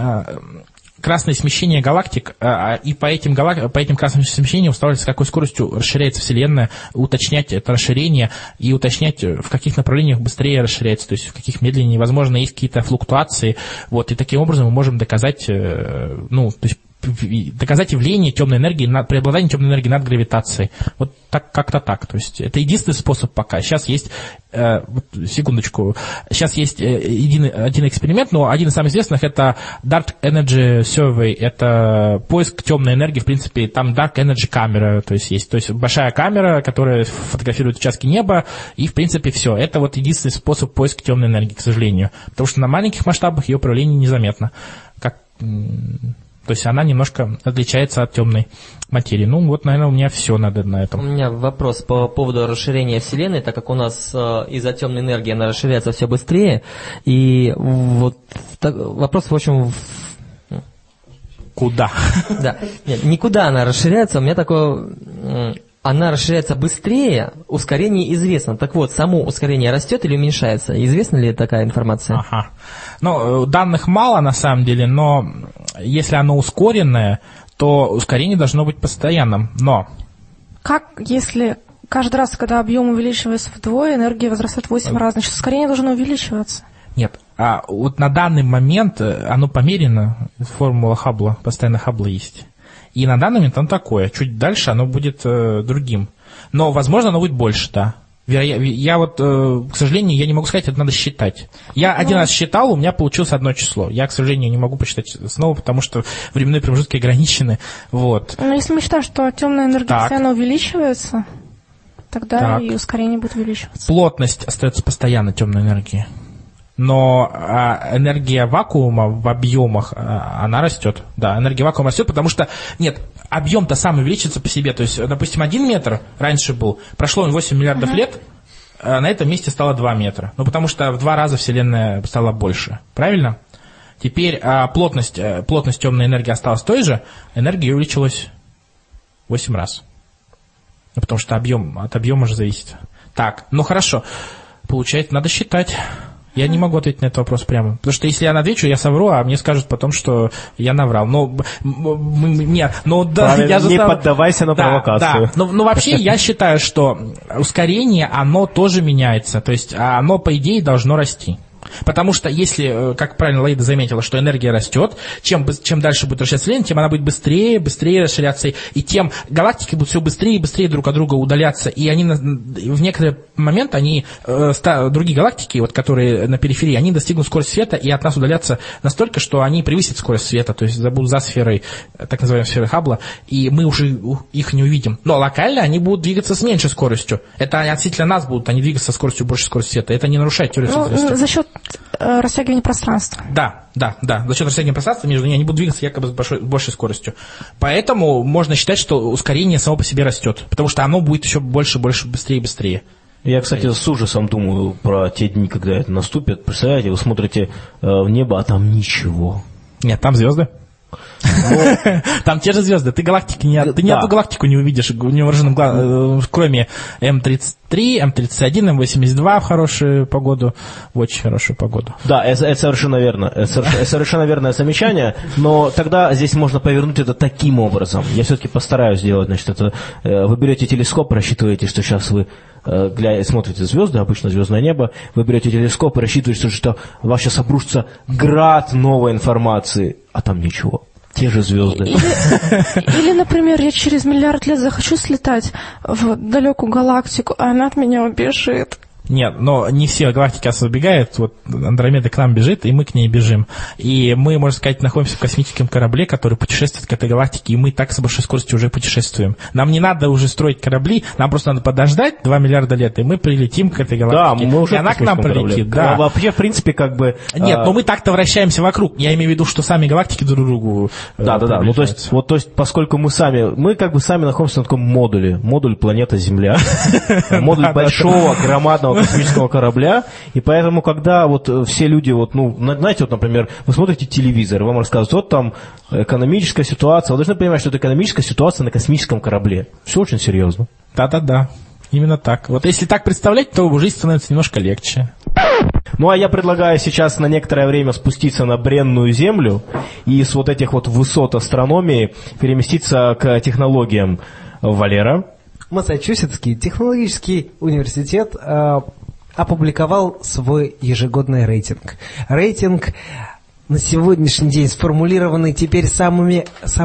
красное смещение галактик, и по этим красным смещениям устанавливать, с какой скоростью расширяется Вселенная, уточнять это расширение и уточнять, в каких направлениях быстрее расширяется, то есть в каких медленнее. Возможно, есть какие-то флуктуации, вот, и таким образом мы можем доказать, ну, то есть доказать явление темной энергии, преобладание темной энергии над гравитацией. Вот так, как-то так. То есть это единственный способ пока. Сейчас есть, секундочку, сейчас есть один эксперимент, но один из самых известных — это Dark Energy Survey. Это поиск темной энергии, в принципе, там Dark Energy камера, то есть большая камера, которая фотографирует участки неба, и, в принципе, все. Это вот единственный способ поиска темной энергии, к сожалению. Потому что на маленьких масштабах ее проявление незаметно. То есть она немножко отличается от темной материи. Ну, вот, наверное, у меня все надо на У этом. меня вопрос по поводу расширения Вселенной, так как у нас из-за темной энергии она расширяется все быстрее. И вот вопрос, в общем... Куда? Да, нет, никуда она расширяется. У меня такое... Она расширяется быстрее, ускорение известно. Так вот, само ускорение растет или уменьшается? Известна ли такая информация? Ага. Ну, данных мало на самом деле, но если оно ускоренное, то ускорение должно быть постоянным. Но... Как, если каждый раз, когда объем увеличивается вдвое, энергия возрастает в 8 раз, значит, ускорение должно увеличиваться? Нет, а вот на данный момент оно померено, формула Хаббла, постоянно Хаббла есть. И на данный момент оно такое. Чуть дальше оно будет другим. Но, возможно, оно будет больше, да. Я вот, к сожалению, я не могу сказать, это надо считать. Я один раз считал, у меня получилось одно число. Я, к сожалению, не могу посчитать снова, потому что временные промежутки ограничены. Вот. Но если мы считаем, что темная энергия постоянно увеличивается, тогда и ускорение будет увеличиваться. Плотность остается постоянно темной энергии. Но энергия вакуума в объемах, она растет. Да, энергия вакуума растет, потому что, нет, объем-то сам увеличится по себе. То есть, допустим, 1 метр раньше был, прошло 8 миллиардов лет, на этом месте стало 2 метра. Ну, потому что в 2 раза Вселенная стала больше. Правильно? Теперь плотность темной энергии осталась той же, энергия увеличилась 8 раз. Ну, потому что от объема же зависит. Так, ну хорошо. Получается, надо считать. Я не могу ответить на этот вопрос прямо. Потому что если я отвечу, я совру, а мне скажут потом, что я наврал. Но нет, да, я же не поддавайся на провокацию. Да. Но вообще я считаю, что ускорение, оно тоже меняется. То есть оно, по идее, должно расти. Потому что если, как правильно Лаида заметила, что энергия растет, чем дальше будет расширяться Вселенная, тем она будет быстрее расширяться, и тем галактики будут все быстрее и быстрее друг от друга удаляться, и они в некоторый момент, другие галактики, вот, которые на периферии, они достигнут скорости света и от нас удалятся настолько, что они превысят скорость света, то есть будут за сферой, так называемой сферой Хаббла, и мы уже их не увидим. Но локально они будут двигаться с меньшей скоростью. Это относительно нас будут, они двигаться со скоростью больше скорости света. Это не нарушает теорию относительности. За счет растягивания пространства. Да. За счет растягивания пространства между ними они будут двигаться якобы с большей скоростью. Поэтому можно считать, что ускорение само по себе растет, потому что оно будет еще больше, быстрее и быстрее. Я, кстати, с ужасом думаю про те дни, когда это наступит. Представляете, вы смотрите в небо, а там ничего. Нет, там звезды. Там те же звезды. Ты ни одну галактику не увидишь невооруженным глазом, кроме М33, М31, М82 в хорошую погоду, в очень хорошую погоду. Да, это совершенно верно. Это совершенно верное замечание, но тогда здесь можно повернуть это таким образом. Я все-таки постараюсь сделать, значит, это. Вы берете телескоп, рассчитываете, что сейчас вы смотрите звезды, обычно звездное небо, вы берете телескоп и рассчитываете, что у вас сейчас обрушится град новой информации, а там ничего. Те же звезды. Или, например, я через миллиард лет захочу слетать в далекую галактику, а она от меня убежит. Нет, но не все галактики нас убегают. Вот Андромеда к нам бежит, и мы к ней бежим. И мы, можно сказать, находимся в космическом корабле, который путешествует к этой галактике, и мы так с большой скоростью уже путешествуем. Нам не надо уже строить корабли, нам просто надо подождать 2 миллиарда лет, и мы прилетим к этой галактике. Да, мы уже и она к нам прилетит. Да. Вообще, в принципе, как бы... Нет, но мы так-то вращаемся вокруг. Я имею в виду, что сами галактики друг к другу Да. Ну, то есть, поскольку мы как бы сами находимся на таком модуле. Модуль планета Земля. Модуль большого, громадного космического корабля, и поэтому, когда вот все люди, знаете, например, вы смотрите телевизор, вам рассказывают, вот там экономическая ситуация, вы должны понимать, что это экономическая ситуация на космическом корабле. Все очень серьезно. Да. Именно так. Вот если так представлять, то жизнь становится немножко легче. Ну, а я предлагаю сейчас на некоторое время спуститься на бренную Землю и с вот этих вот высот астрономии переместиться к технологиям. Валера? Массачусетский технологический университет опубликовал свой ежегодный рейтинг. Рейтинг на сегодняшний день сформулированный теперь самые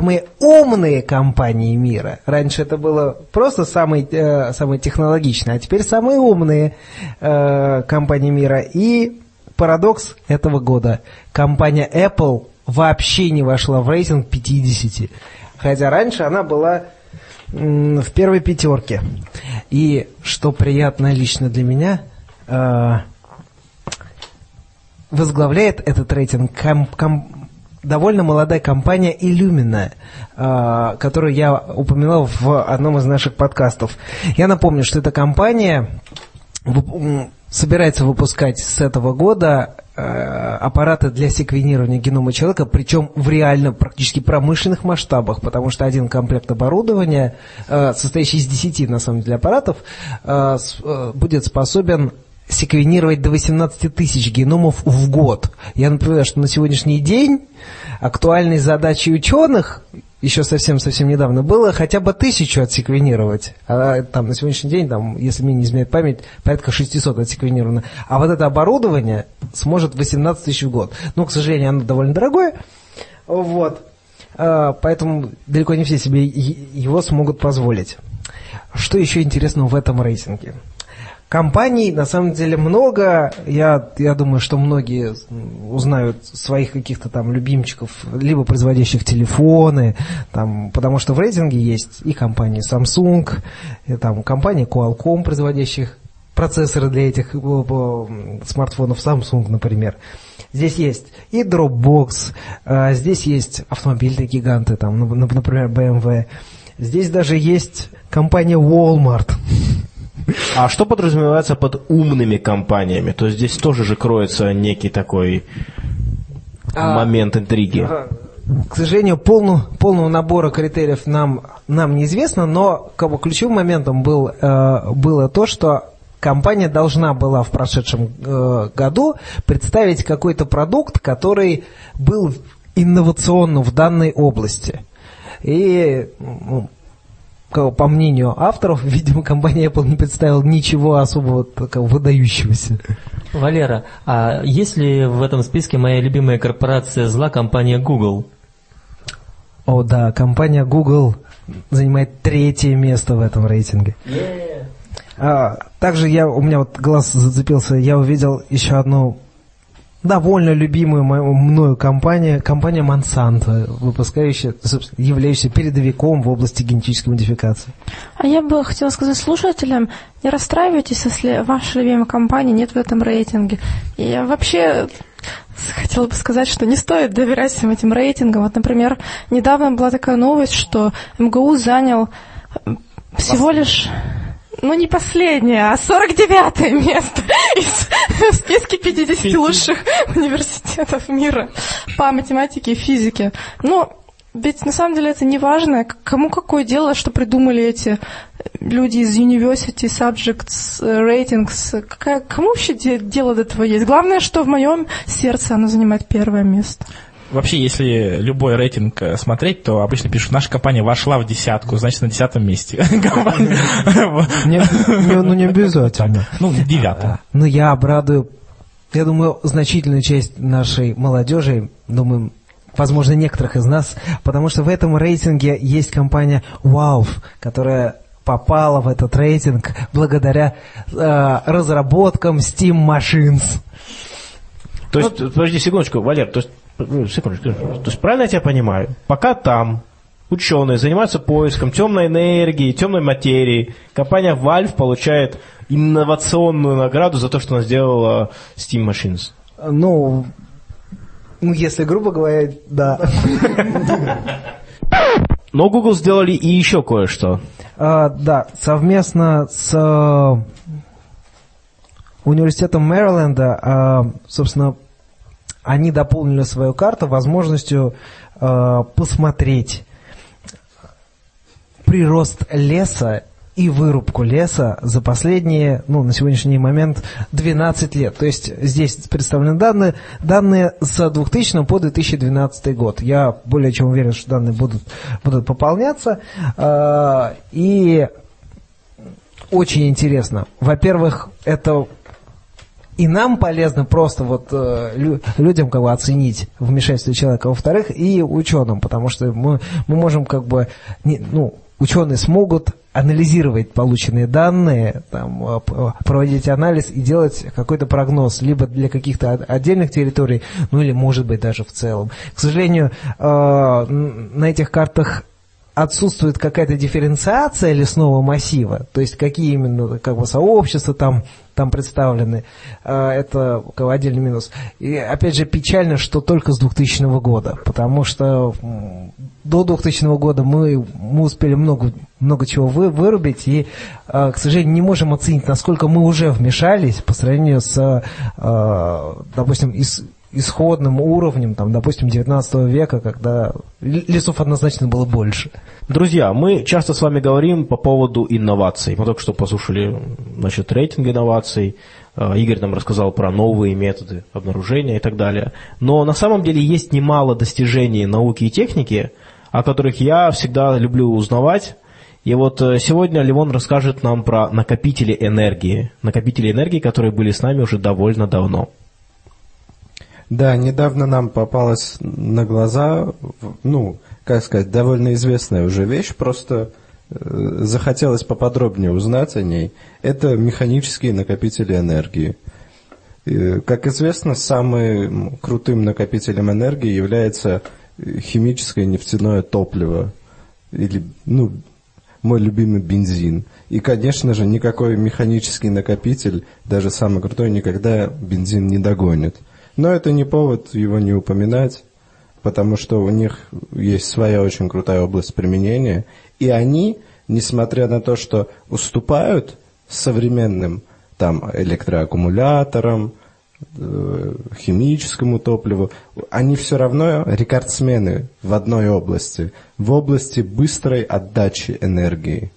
умные компании мира. Раньше это было просто самые технологичные, а теперь самые умные компании мира. И парадокс этого года. Компания Apple вообще не вошла в рейтинг 50. Хотя раньше она была в первой 5. И что приятно лично для меня, возглавляет этот рейтинг довольно молодая компания Illumina, которую я упоминал в одном из наших подкастов. Я напомню, что эта компания собирается выпускать с этого года аппараты для секвенирования генома человека, причем в реально практически промышленных масштабах, потому что один комплект оборудования, состоящий из 10 на самом деле аппаратов, будет способен секвенировать до 18 тысяч геномов в год. Я напоминаю, что на сегодняшний день актуальной задачей ученых еще совсем недавно было хотя бы 1000 отсеквенировать. А там на сегодняшний день, там, если мне не изменяет память, порядка 600 отсеквенировано. А вот это оборудование сможет 18 тысяч в год. Но, к сожалению, оно довольно дорогое. Вот. Поэтому далеко не все себе его смогут позволить. Что еще интересного в этом рейтинге? Компаний на самом деле много. Я думаю, что многие узнают своих каких-то там любимчиков, либо производящих телефоны, там, потому что в рейтинге есть и компании Samsung, и там компании Qualcomm, производящих процессоры для этих смартфонов Samsung, например. Здесь есть и Dropbox, здесь есть автомобильные гиганты, там, например, BMW. Здесь даже есть компания Walmart. А что подразумевается под умными компаниями? То есть здесь тоже же кроется некий такой момент интриги. К сожалению, полного набора критериев нам неизвестно, но как бы ключевым моментом было то, что компания должна была в прошедшем году представить какой-то продукт, который был инновационным в данной области. И по мнению авторов, видимо, компания Apple не представила ничего особого такого выдающегося. Валера, а есть ли в этом списке моя любимая корпорация зла, компания Google? О да, компания Google занимает 3-е место в этом рейтинге. Также у меня вот глаз зацепился, я увидел еще одну довольно любимую мною компания Monsanto, выпускающая, собственно, являющаяся передовиком в области генетической модификации. А я бы хотела сказать слушателям, не расстраивайтесь, если вашей любимой компании нет в этом рейтинге. И я вообще хотела бы сказать, что не стоит доверять всем этим рейтингам. Вот, например, недавно была такая новость, что МГУ занял всего лишь... не последнее, а 49-е место в списке 50 лучших университетов мира по математике и физике. Ведь на самом деле это не важно. Кому какое дело, что придумали эти люди из University Subjects Ratings? Кому вообще дело до этого есть? Главное, что в моем сердце оно занимает 1-е место. Вообще, если любой рейтинг смотреть, то обычно пишут, наша компания вошла в 10-ку, значит, на 10-м месте. Не обязательно. 9-м. Я обрадую, я думаю, значительную часть нашей молодежи, думаю, возможно, некоторых из нас, потому что в этом рейтинге есть компания Valve, которая попала в этот рейтинг благодаря разработкам Steam Machines. То есть, подожди секундочку, Валер, то есть правильно я тебя понимаю? Пока там ученые занимаются поиском темной энергии, темной материи, компания Valve получает инновационную награду за то, что она сделала Steam Machines. Если грубо говоря, да. Но Google сделали и еще кое-что. Да, совместно с университетом Мэриленда, собственно, они дополнили свою карту возможностью посмотреть прирост леса и вырубку леса за последние, на сегодняшний момент, 12 лет. То есть здесь представлены данные с 2000 по 2012 год. Я более чем уверен, что данные будут пополняться. И очень интересно. Во-первых, это и нам полезно просто людям оценить вмешательство человека. Во-вторых, и ученым, потому что мы можем ученые смогут анализировать полученные данные, проводить анализ и делать какой-то прогноз, либо для каких-то отдельных территорий, или, может быть, даже в целом. К сожалению, на этих картах отсутствует какая-то дифференциация лесного массива, то есть какие именно как бы сообщества там представлены, это как бы отдельный минус. И опять же печально, что только с 2000 года, потому что до 2000 года мы успели много чего вырубить, и, к сожалению, не можем оценить, насколько мы уже вмешались по сравнению с, допустим, исходным уровнем, там, допустим, 19 века, когда лесов однозначно было больше. Друзья, мы часто с вами говорим по поводу инноваций. Мы только что послушали, значит, рейтинг инноваций. Игорь нам рассказал про новые методы обнаружения и так далее. Но на самом деле есть немало достижений науки и техники, о которых я всегда люблю узнавать. И вот сегодня Левон расскажет нам про накопители энергии. Накопители энергии, которые были с нами уже довольно давно. Да, недавно нам попалась на глаза, как сказать, довольно известная уже вещь, просто захотелось поподробнее узнать о ней. Это механические накопители энергии. Как известно, самым крутым накопителем энергии является химическое нефтяное топливо, или, мой любимый бензин. И, конечно же, никакой механический накопитель, даже самый крутой, никогда бензин не догонит. Но это не повод его не упоминать, потому что у них есть своя очень крутая область применения, и они, несмотря на то, что уступают современным там электроаккумуляторам, химическому топливу, они все равно рекордсмены в одной области, в области быстрой отдачи энергии.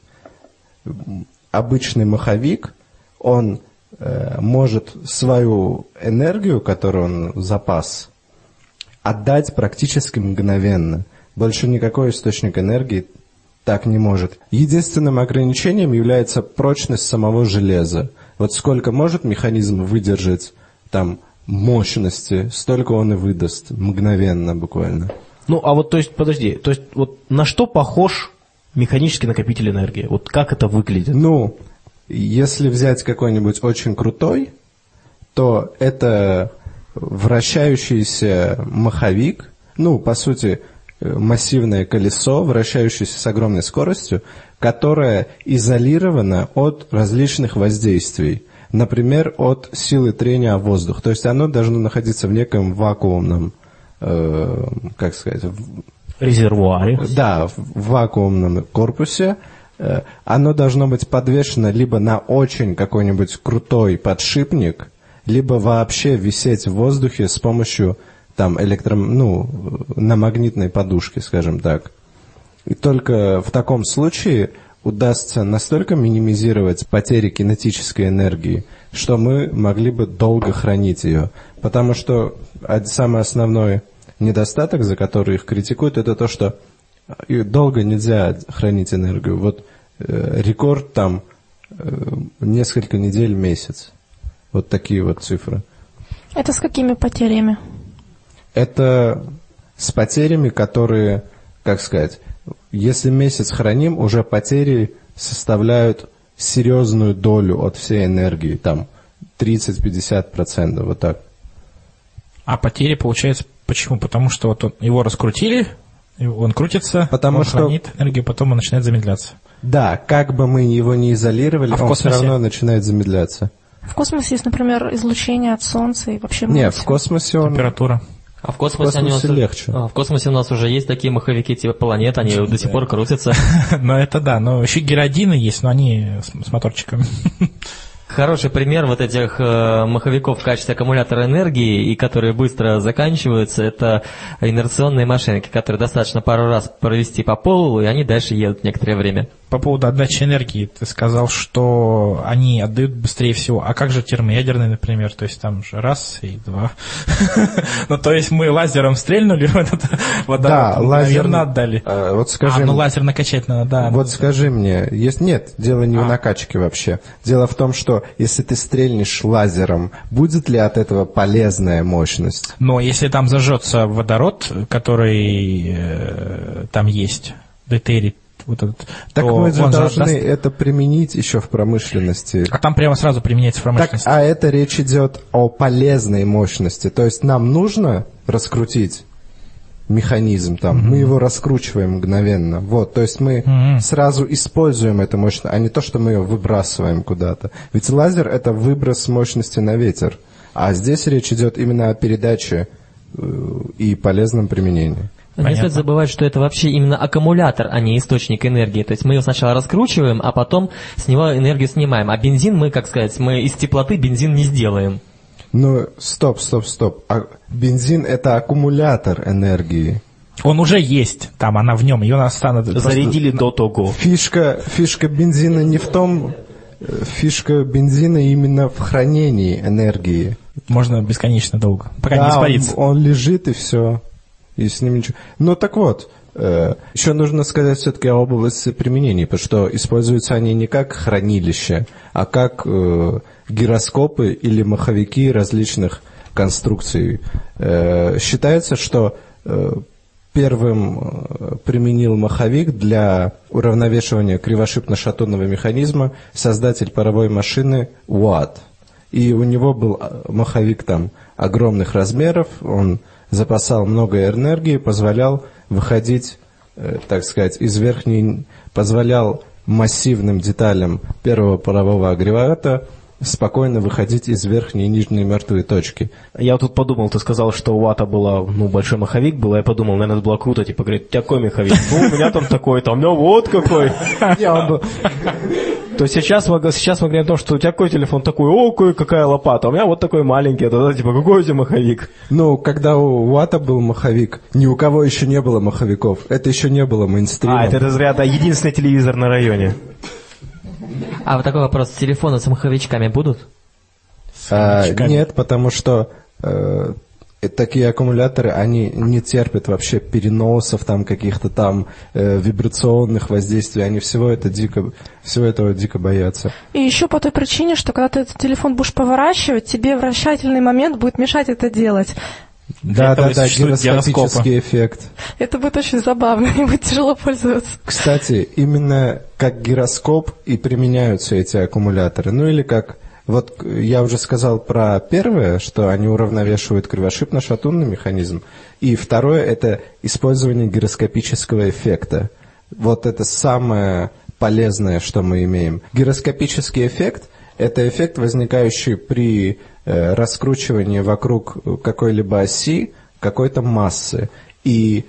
Обычный маховик, он может свою энергию, которую он запас, отдать практически мгновенно. Больше никакой источник энергии так не может. Единственным ограничением является прочность самого железа. Вот сколько может механизм выдержать там мощности, столько он и выдаст мгновенно буквально. Подожди, вот на что похож механический накопитель энергии? Вот как это выглядит? Если взять какой-нибудь очень крутой, то это вращающийся маховик, по сути, массивное колесо, вращающееся с огромной скоростью, которое изолировано от различных воздействий. Например, от силы трения о воздух. То есть оно должно находиться в неком вакуумном, резервуаре. Да, в вакуумном корпусе. Оно должно быть подвешено либо на очень какой-нибудь крутой подшипник, либо вообще висеть в воздухе с помощью там на магнитной подушке, скажем так. И только в таком случае удастся настолько минимизировать потери кинетической энергии, что мы могли бы долго хранить ее. Потому что самый основной недостаток, за который их критикуют, это то, что долго нельзя хранить энергию. Вот рекорд там несколько недель, месяц. Вот такие вот цифры. Это с какими потерями? Это с потерями, которые, если месяц храним, уже потери составляют серьезную долю от всей энергии, там 30-50%, вот так. А потери, получается, почему? Потому что вот его раскрутили, он крутится, он хранит энергию, потом он начинает замедляться. Да, как бы мы его не изолировали, он все равно начинает замедляться. В космосе есть, например, излучение от Солнца и вообще... Нет, в космосе температура. А в космосе легче. В космосе у нас уже есть такие маховики типа планет, они до сих пор крутятся. Но это да, но еще геродины есть, но они с моторчиками. Хороший пример вот этих маховиков в качестве аккумулятора энергии, и которые быстро заканчиваются, это инерционные машинки, которые достаточно пару раз провести по полу, и они дальше едут некоторое время. По поводу отдачи энергии, ты сказал, что они отдают быстрее всего. А как же термоядерные, например? То есть там же раз и два. То есть мы лазером стрельнули в этот водород, наверное, отдали. Вот скажи, лазер накачать надо, да. Вот скажи мне, нет, дело не в накачке вообще. Дело в том, что если ты стрельнешь лазером, будет ли от этого полезная мощность? Но если там зажжется водород, который там есть, дейтерий, вот этот, так мы же должны это применить еще в промышленности. А там прямо сразу применяется в промышленности. Так, а это речь идет о полезной мощности. То есть нам нужно раскрутить механизм там, мы его раскручиваем мгновенно. Вот, то есть мы сразу используем эту мощность, а не то, что мы ее выбрасываем куда-то. Ведь лазер — это выброс мощности на ветер, а здесь речь идет именно о передаче и полезном применении. Не стоит забывать, что это вообще именно аккумулятор, а не источник энергии. То есть мы его сначала раскручиваем, а потом с него энергию снимаем. А бензин мы, как сказать, мы из теплоты бензин не сделаем. Ну, стоп. Бензин — это аккумулятор энергии. Он уже есть, там она в нем, ее надо зарядили до того. Фишка бензина не в том, фишка бензина именно в хранении энергии. Можно бесконечно долго, пока не испарится. Он лежит и все, и с ним ничего. Ну так вот, еще нужно сказать все-таки об области применения, потому что используются они не как хранилище, а как гироскопы или маховики различных конструкций. Считается, что первым применил маховик для уравновешивания кривошипно-шатунного механизма создатель паровой машины Уатт. И у него был маховик там огромных размеров, он запасал много энергии, позволял выходить, так сказать, из верхней, позволял массивным деталям первого парового агрегата спокойно выходить из верхней и нижней мертвой точки. Я тут подумал, ты сказал, что у Уатта была, большой маховик был, я подумал, наверное, это было круто, типа, говорит, у тебя какой маховик? У меня там такой-то, у меня вот какой. То есть сейчас мы говорим о том, что у тебя какой телефон такой, какая лопата, у меня вот такой маленький, тогда типа, какой у тебя маховик? Ну, когда у Уатта был маховик, ни у кого еще не было маховиков, это еще не было мейнстримом. Это разряда единственный телевизор на районе. А вот такой вопрос, телефоны с маховичками будут? Нет, потому что такие аккумуляторы, они не терпят вообще переносов, там каких-то там вибрационных воздействий, они всего этого дико боятся. И еще по той причине, что когда ты этот телефон будешь поворачивать, тебе вращательный момент будет мешать это делать. Да, гироскопический эффект. Это будет очень забавно, и будет тяжело пользоваться. Кстати, именно как гироскоп и применяются эти аккумуляторы. Ну или как, вот я уже сказал про первое, что они уравновешивают кривошипно-шатунный механизм. И второе — это использование гироскопического эффекта. Вот это самое полезное, что мы имеем. Гироскопический эффект — это эффект, возникающий при раскручивании вокруг какой-либо оси какой-то массы. И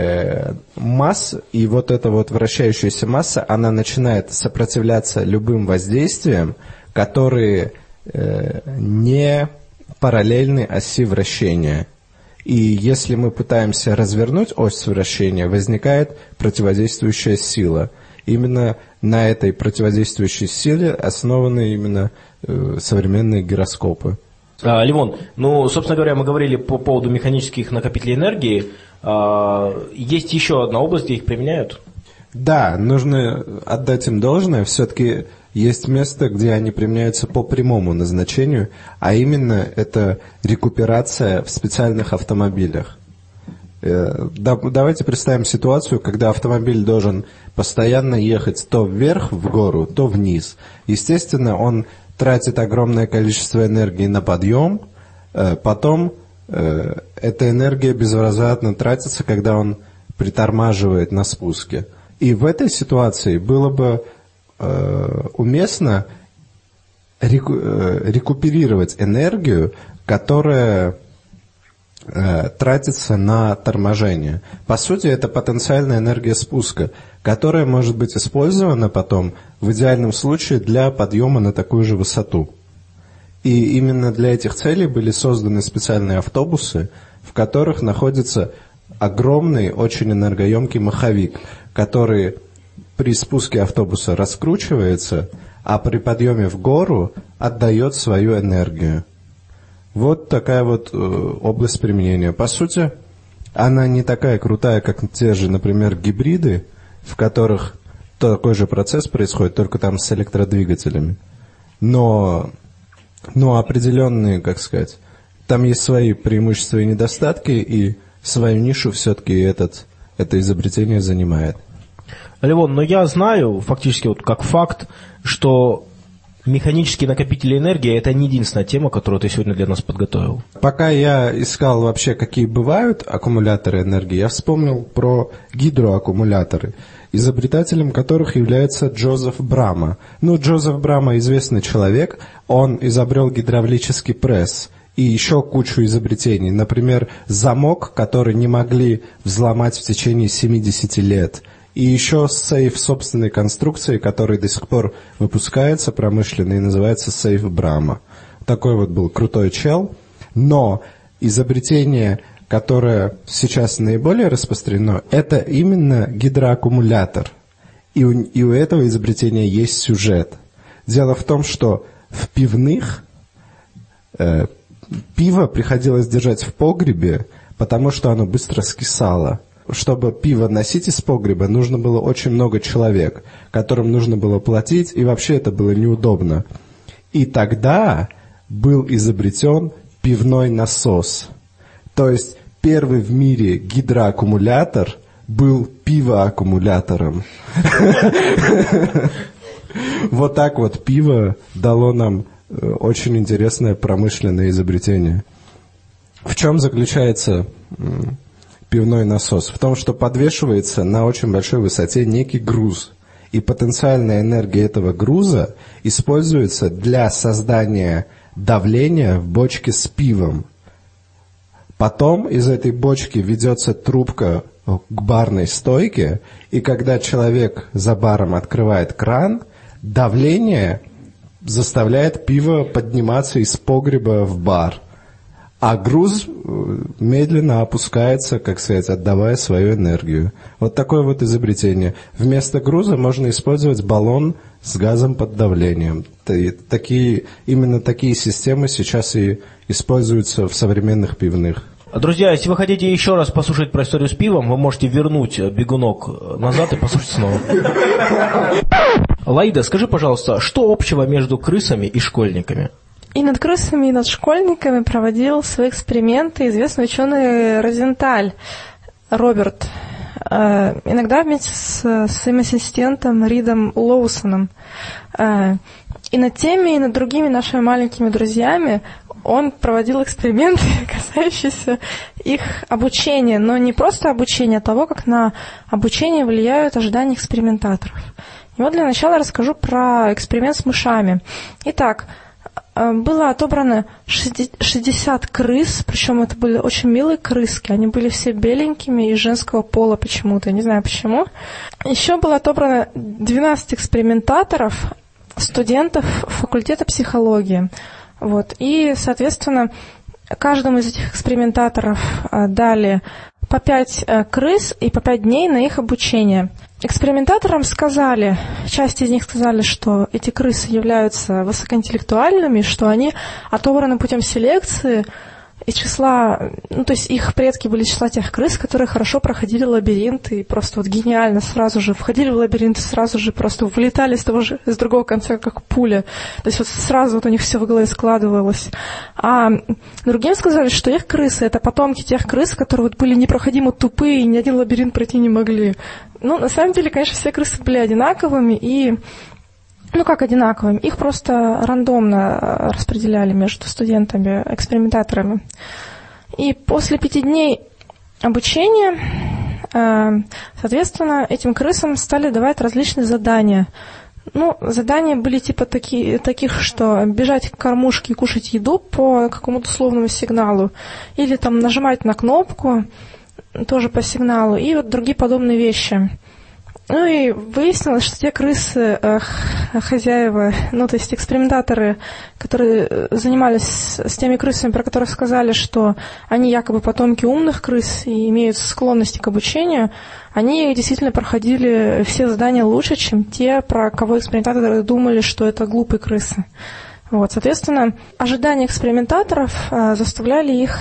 масса, и вот эта вот вращающаяся масса, она начинает сопротивляться любым воздействиям, которые не параллельны оси вращения. И если мы пытаемся развернуть ось вращения, возникает противодействующая сила. Именно на этой противодействующей силе основаны именно современные гироскопы. Левон, собственно говоря, мы говорили по поводу механических накопителей энергии. Есть еще одна область, где их применяют? Да, нужно отдать им должное. Все-таки есть место, где они применяются по прямому назначению, а именно это рекуперация в специальных автомобилях. Давайте представим ситуацию, когда автомобиль должен постоянно ехать то вверх в гору, то вниз. Естественно, он тратит огромное количество энергии на подъем, потом эта энергия безвозвратно тратится, когда он притормаживает на спуске. И в этой ситуации было бы уместно рекуперировать энергию, которая тратится на торможение. По сути, это потенциальная энергия спуска, которая может быть использована потом в идеальном случае для подъема на такую же высоту. И именно для этих целей были созданы специальные автобусы, в которых находится огромный, очень энергоемкий маховик, который при спуске автобуса раскручивается, а при подъеме в гору отдает свою энергию. Вот такая вот область применения. По сути, она не такая крутая, как те же, например, гибриды, в которых такой же процесс происходит, только там с электродвигателями. Но определенные, как сказать, там есть свои преимущества и недостатки, и свою нишу все-таки это изобретение занимает. Левон, но я знаю, фактически вот как факт, что механические накопители энергии – это не единственная тема, которую ты сегодня для нас подготовил. Пока я искал вообще, какие бывают аккумуляторы энергии, я вспомнил про гидроаккумуляторы, изобретателем которых является Джозеф Брама. Джозеф Брама известный человек, он изобрел гидравлический пресс и еще кучу изобретений. Например, замок, который не могли взломать в течение 70 лет. И еще сейф собственной конструкции, который до сих пор выпускается промышленно и называется сейф Брама. Такой вот был крутой чел. Но изобретение, которое сейчас наиболее распространено, это именно гидроаккумулятор. И у этого изобретения есть сюжет. Дело в том, что в пивных пиво приходилось держать в погребе, потому что оно быстро скисало. Чтобы пиво носить из погреба, нужно было очень много человек, которым нужно было платить, и вообще это было неудобно. И тогда был изобретен пивной насос. То есть первый в мире гидроаккумулятор был пивоаккумулятором. Вот так вот пиво дало нам очень интересное промышленное изобретение. В чем заключается пивной насос? В том, что подвешивается на очень большой высоте некий груз, и потенциальная энергия этого груза используется для создания давления в бочке с пивом. Потом из этой бочки ведется трубка к барной стойке, и когда человек за баром открывает кран, давление заставляет пиво подниматься из погреба в бар, а груз медленно опускается, как сказать, отдавая свою энергию. Вот такое вот изобретение. Вместо груза можно использовать баллон с газом под давлением. Именно такие системы сейчас и используются в современных пивных. Друзья, если вы хотите еще раз послушать про историю с пивом, вы можете вернуть бегунок назад и послушать снова. Лаида, скажи, пожалуйста, что общего между крысами и школьниками? И над крысами, и над школьниками проводил свои эксперименты известный ученый Розенталь Роберт. Иногда вместе с своим ассистентом Ридом Лоусоном. И над теми, и над другими нашими маленькими друзьями он проводил эксперименты, касающиеся их обучения, но не просто обучения, а того, как на обучение влияют ожидания экспериментаторов. И вот для начала расскажу про эксперимент с мышами. Итак, было отобрано 60 крыс, причем это были очень милые крыски, они были все беленькими и женского пола почему-то, я не знаю почему. Еще было отобрано 12 экспериментаторов, студентов факультета психологии. Вот. И, соответственно, каждому из этих экспериментаторов дали по 5 крыс и по 5 дней на их обучение. Экспериментаторам сказали, часть из них сказали, что эти крысы являются высокоинтеллектуальными, что они отобраны путем селекции из числа, то есть их предки были из числа тех крыс, которые хорошо проходили лабиринты и просто вот гениально сразу же входили в лабиринты, сразу же просто вылетали с другого конца, как пуля. То есть вот сразу вот у них все в голове складывалось. А другим сказали, что их крысы — это потомки тех крыс, которые вот были непроходимо тупые и ни один лабиринт пройти не могли. На самом деле, конечно, все крысы были одинаковыми и... как одинаковыми? Их просто рандомно распределяли между студентами, экспериментаторами. И после 5 дней обучения, соответственно, этим крысам стали давать различные задания. Задания были типа таких, что бежать к кормушке и кушать еду по какому-то условному сигналу, или там нажимать на кнопку, тоже по сигналу, и вот другие подобные вещи. И выяснилось, что те крысы, хозяева, то есть экспериментаторы, которые занимались с теми крысами, про которых сказали, что они якобы потомки умных крыс и имеют склонности к обучению, они действительно проходили все задания лучше, чем те, про кого экспериментаторы думали, что это глупые крысы. Вот, соответственно, ожидания экспериментаторов заставляли их,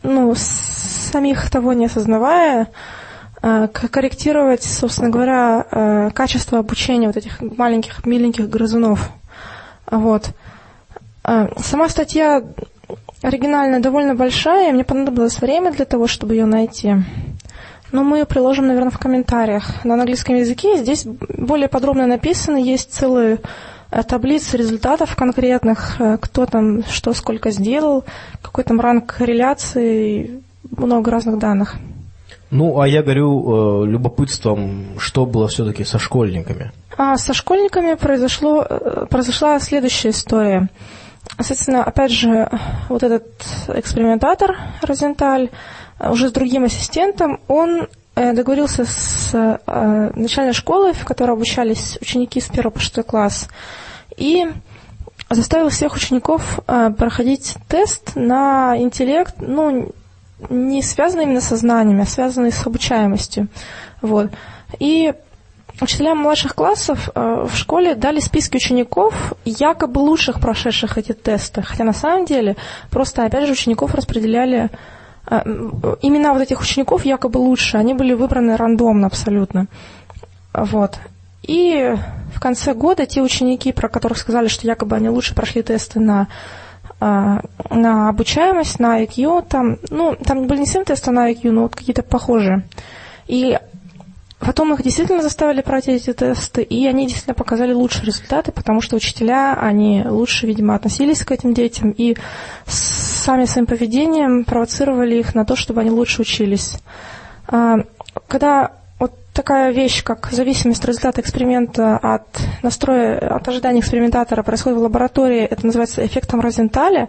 самих того не осознавая, корректировать, собственно говоря, качество обучения вот этих маленьких, миленьких грызунов. Вот. Сама статья оригинальная довольно большая, и мне понадобилось время для того, чтобы ее найти. Но мы ее приложим, наверное, в комментариях на английском языке. Здесь более подробно написано, есть целые таблицы результатов конкретных, кто там что сколько сделал, какой там ранг корреляции, много разных данных. Ну, а я горю любопытством, что было все-таки со школьниками. Со школьниками произошла следующая история. Соответственно, опять же, вот этот экспериментатор Розенталь уже с другим ассистентом, он договорился с начальной школой, в которой обучались ученики с 1 по 6 класс, и заставил всех учеников проходить тест на интеллект, ну, не связанный именно со знаниями, а связанный с обучаемостью. Вот. И учителям младших классов в школе дали списки учеников, якобы лучших прошедших эти тесты. Хотя на самом деле просто, опять же, учеников распределяли... Имена вот этих учеников якобы лучше, они были выбраны рандомно абсолютно. Вот. И в конце года те ученики, про которых сказали, что якобы они лучше прошли тесты на обучаемость, на IQ, там были не 7 тесты на IQ, но вот какие-то похожие. И потом их действительно заставили пройти эти тесты, и они действительно показали лучшие результаты, потому что учителя, они лучше, видимо, относились к этим детям и сами своим поведением провоцировали их на то, чтобы они лучше учились. Когда вот такая вещь, как зависимость результата эксперимента от настроя, от ожидания экспериментатора происходит в лаборатории, это называется эффектом Розенталя,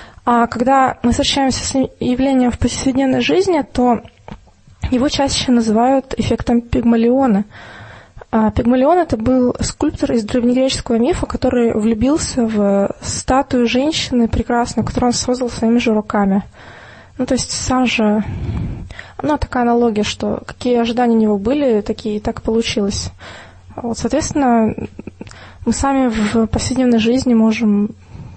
а когда мы встречаемся с явлением в повседневной жизни, то его чаще называют эффектом Пигмалиона. Пигмалион – это был скульптор из древнегреческого мифа, который влюбился в статую женщины прекрасной, которую он создал своими же руками. Ну, то есть сам же... Ну, такая аналогия, что какие ожидания у него были, такие и так получилось. Вот, соответственно, мы сами в повседневной жизни можем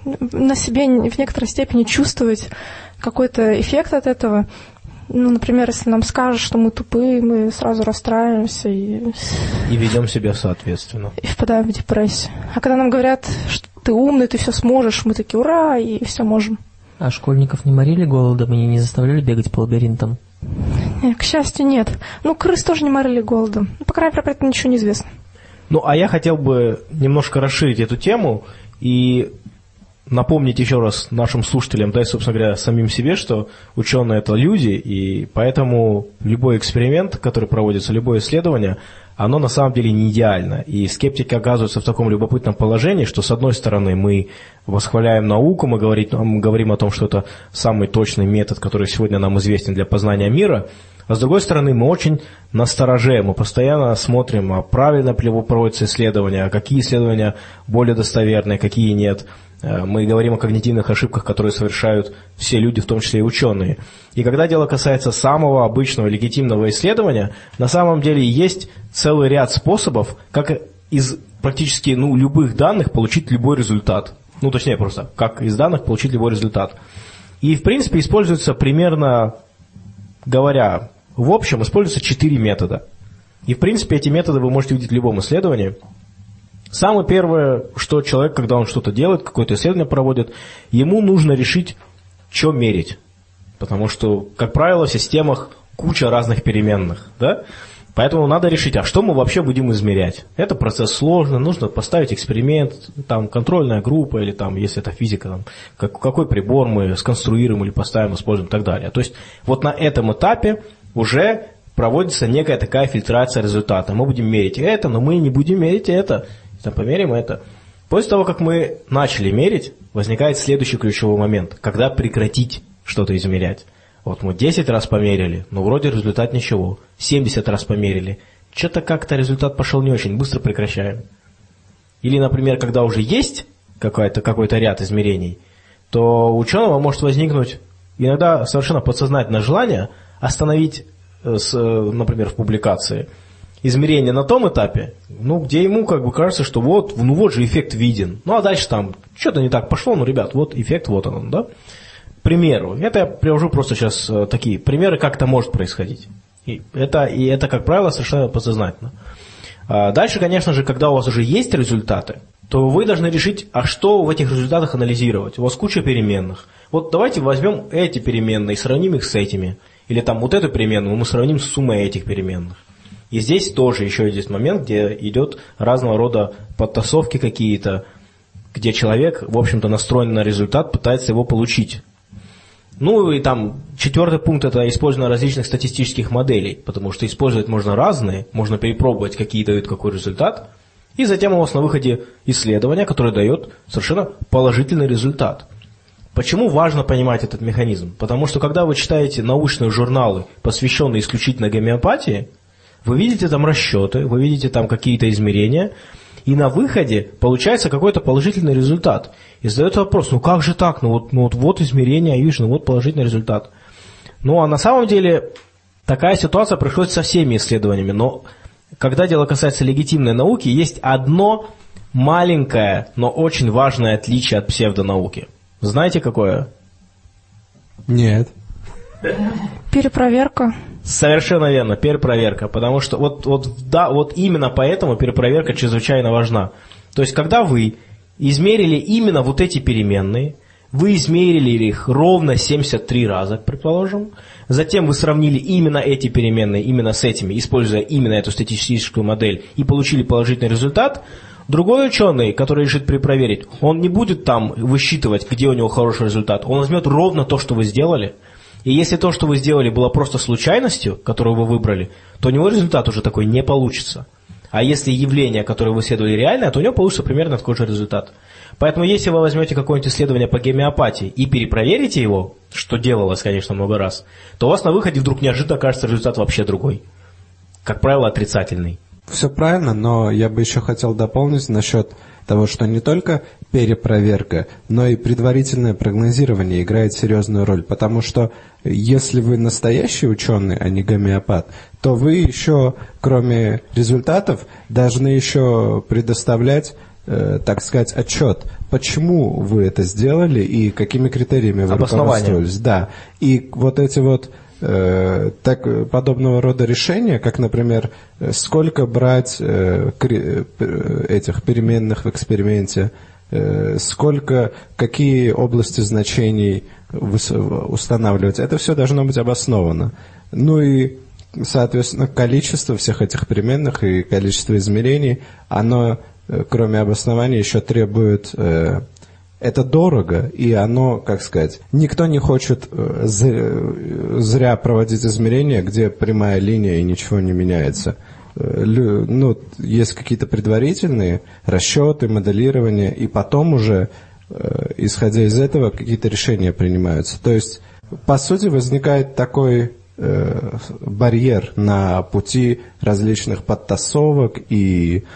на себе в некоторой степени чувствовать какой-то эффект от этого. Ну, например, если нам скажут, что мы тупые, мы сразу расстраиваемся и ведем себя соответственно. И впадаем в депрессию. А когда нам говорят, что ты умный, ты все сможешь, мы такие ура, и все можем. А школьников не морили голодом и не заставляли бегать по лабиринтам? Нет, к счастью, нет. Ну, крыс тоже не морили голодом. По крайней мере, про это ничего не известно. Ну, а я хотел бы немножко расширить эту тему и напомнить еще раз нашим слушателям, да и, собственно говоря, самим себе, что ученые – это люди, и поэтому любой эксперимент, который проводится, любое исследование, оно на самом деле не идеально. И скептики оказываются в таком любопытном положении, что, с одной стороны, мы восхваляем науку, мы говорим о том, что это самый точный метод, который сегодня нам известен для познания мира, а с другой стороны, мы очень настороже, мы постоянно смотрим, а правильно ли проводятся исследования, а какие исследования более достоверные, какие нет. Мы говорим о когнитивных ошибках, которые совершают все люди, в том числе и ученые. И когда дело касается самого обычного легитимного исследования, на самом деле есть целый ряд способов, как из практически любых данных получить любой результат. Ну, точнее, просто, как из данных получить любой результат. И, в принципе, используется примерно, говоря, в общем, используются 4 метода. И, в принципе, эти методы вы можете увидеть в любом исследовании. Самое первое, что человек, когда он что-то делает, какое-то исследование проводит, ему нужно решить, что мерить. Потому что, как правило, в системах куча разных переменных, да? Поэтому надо решить, а что мы вообще будем измерять. Это процесс сложный, нужно поставить эксперимент, там, контрольная группа, или там, если это физика, там, какой прибор мы сконструируем или поставим, используем и так далее. То есть вот на этом этапе уже проводится некая такая фильтрация результата. Мы будем мерить это, но мы не будем мерить это. Померим это. После того, как мы начали мерить, возникает следующий ключевой момент, когда прекратить что-то измерять. Вот мы 10 раз померили, но вроде результат ничего. 70 раз померили. Что-то как-то результат пошел не очень, быстро прекращаем. Или, например, когда уже есть какой-то ряд измерений, то у ученого может возникнуть иногда совершенно подсознательное желание остановить, например, в публикации измерение на том этапе, где ему кажется, что вот же эффект виден. Ну, а дальше там что-то не так пошло, ребят, вот эффект, вот он, да? К примеру, это я привожу просто сейчас такие примеры, как это может происходить. И это, как правило, совершенно подсознательно. Дальше, конечно же, когда у вас уже есть результаты, то вы должны решить, а что в этих результатах анализировать. У вас куча переменных. Вот давайте возьмем эти переменные и сравним их с этими. Или там вот эту переменную мы сравним с суммой этих переменных. И здесь тоже еще есть момент, где идет разного рода подтасовки какие-то, где человек, в общем-то, настроен на результат, пытается его получить. Ну и там 4-й пункт – это использование различных статистических моделей, потому что использовать можно разные, можно перепробовать, какие дают какой результат, и затем у вас на выходе исследование, которое дает совершенно положительный результат. Почему важно понимать этот механизм? Потому что когда вы читаете научные журналы, посвященные исключительно гомеопатии, вы видите там расчеты, вы видите там какие-то измерения, и на выходе получается какой-то положительный результат. И задается вопрос, ну как же так? Ну вот измерения, я вижу, вот положительный результат. Ну а на самом деле такая ситуация происходит со всеми исследованиями. Но когда дело касается легитимной науки, есть одно маленькое, но очень важное отличие от псевдонауки. Знаете какое? Нет. Перепроверка. Совершенно верно, перепроверка, потому что вот именно поэтому перепроверка чрезвычайно важна. То есть, когда вы измерили именно вот эти переменные, вы измерили их ровно 73 раза, предположим, затем вы сравнили именно эти переменные именно с этими, используя именно эту статистическую модель, и получили положительный результат, другой ученый, который решит перепроверить, он не будет там высчитывать, где у него хороший результат, он возьмет ровно то, что вы сделали. И если то, что вы сделали, было просто случайностью, которую вы выбрали, то у него результат уже такой не получится. А если явление, которое вы исследовали, реальное, то у него получится примерно такой же результат. Поэтому если вы возьмете какое-нибудь исследование по гомеопатии и перепроверите его, что делалось, конечно, много раз, то у вас на выходе вдруг неожиданно окажется результат вообще другой. Как правило, отрицательный. Все правильно, но я бы еще хотел дополнить насчет того, что не только перепроверка, но и предварительное прогнозирование играет серьезную роль, потому что если вы настоящий ученый, а не гомеопат, то вы еще, кроме результатов, должны еще предоставлять, так сказать, отчет, почему вы это сделали и какими критериями вы руководствовались. Да. И вот эти вот подобного рода решения, как, например, сколько брать этих переменных в эксперименте, какие области значений устанавливать, это все должно быть обосновано. Ну и, соответственно, количество всех этих переменных и количество измерений, оно, кроме обоснования, еще требует... Это дорого, и оно, как сказать, никто не хочет зря проводить измерения, где прямая линия и ничего не меняется. Ну, есть какие-то предварительные расчеты, моделирование, и потом уже, исходя из этого, какие-то решения принимаются. То есть, по сути, возникает такой барьер на пути различных подтасовок и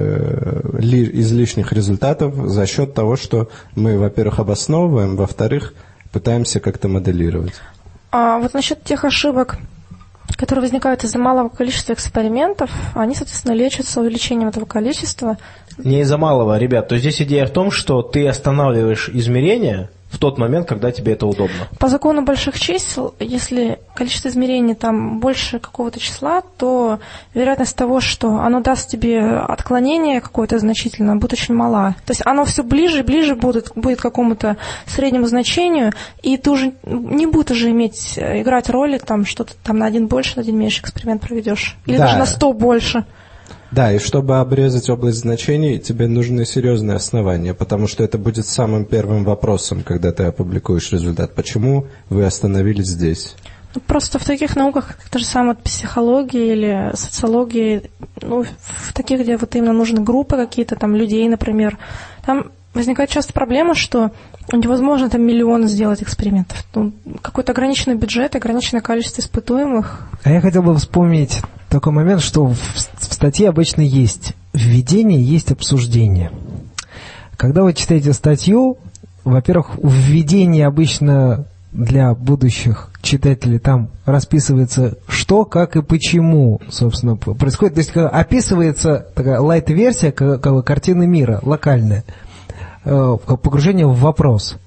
излишних результатов за счет того, что мы, во-первых, обосновываем, во-вторых, пытаемся как-то моделировать. А вот насчет тех ошибок, которые возникают из-за малого количества экспериментов, они, соответственно, лечатся увеличением этого количества. Не из-за малого, ребят. То есть здесь идея в том, что ты останавливаешь измерения в тот момент, когда тебе это удобно. По закону больших чисел, если количество измерений там больше какого-то числа, то вероятность того, что оно даст тебе отклонение какое-то значительное, будет очень мала. То есть оно все ближе и ближе будет к какому-то среднему значению, и ты уже не будет уже играть роли, там что-то там на один больше, на один меньше эксперимент проведешь. Или даже на 100 больше. Да, и чтобы обрезать область значений, тебе нужны серьезные основания, потому что это будет самым первым вопросом, когда ты опубликуешь результат. Почему вы остановились здесь? Просто в таких науках, как та же самая психология или социология, ну, в таких, где вот именно нужны группы какие-то, там, людей, например, там возникает часто проблема, что невозможно там миллион сделать экспериментов. Ну, какой-то ограниченный бюджет, ограниченное количество испытуемых. А я хотел бы вспомнить такой момент, что в статье обычно есть введение, есть обсуждение. Когда вы читаете статью, во-первых, в введении обычно для будущих читателей там расписывается, что, как и почему, собственно, происходит. То есть описывается такая лайт-версия картины мира, локальная, погружение в вопрос.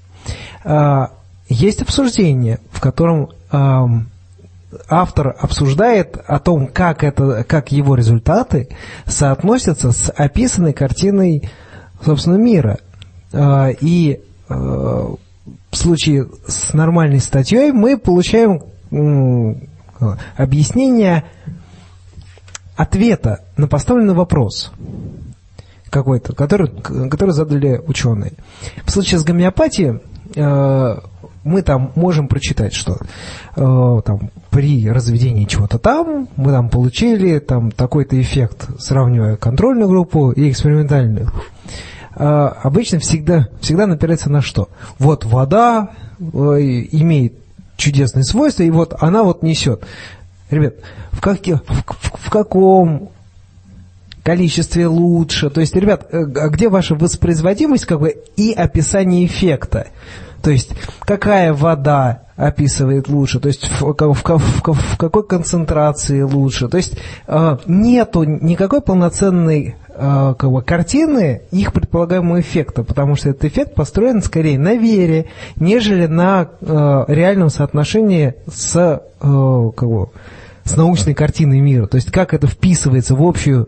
Есть обсуждение, в котором автор обсуждает о том, как его результаты соотносятся с описанной картиной, собственно, мира. И в случае с нормальной статьей мы получаем объяснение ответа на поставленный вопрос. какой-то, который задали ученые. В случае с гомеопатией мы там можем прочитать, что там, при разведении чего-то там мы там получили там такой-то эффект, сравнивая контрольную группу и экспериментальную. Обычно всегда напирается на что? Вот вода имеет чудесные свойства, и вот она вот несет. Ребят, в каком количестве лучше? То есть, ребят, где ваша воспроизводимость как бы и описание эффекта? То есть, какая вода описывает лучше, то есть, в какой концентрации лучше. То есть, нету никакой полноценной как бы, картины их предполагаемого эффекта, потому что этот эффект построен скорее на вере, нежели на реальном соотношении с научной картиной мира. То есть, как это вписывается в общее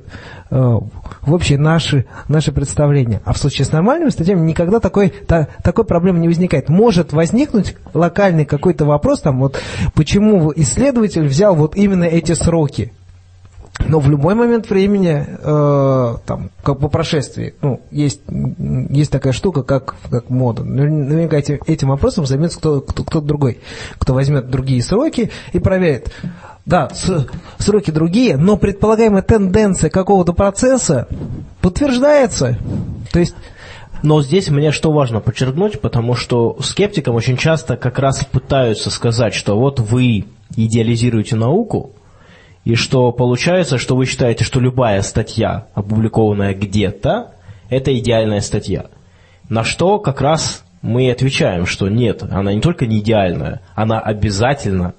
наше представление. А в случае с нормальными статьями никогда такой проблемы не возникает. Может возникнуть локальный какой-то вопрос, там, вот, почему исследователь взял вот именно эти сроки. Но в любой момент времени, там, как по прошествии, есть такая штука, как мода. Наверняка этим вопросом займется кто-то другой, кто возьмет другие сроки и проверит. Да, сроки другие, но предполагаемая тенденция какого-то процесса подтверждается. То есть... Но здесь мне что важно подчеркнуть, потому что скептикам очень часто как раз пытаются сказать, что вот вы идеализируете науку, и что получается, что вы считаете, что любая статья, опубликованная где-то, это идеальная статья. На что как раз мы отвечаем, что нет, она не только не идеальная, она обязательно,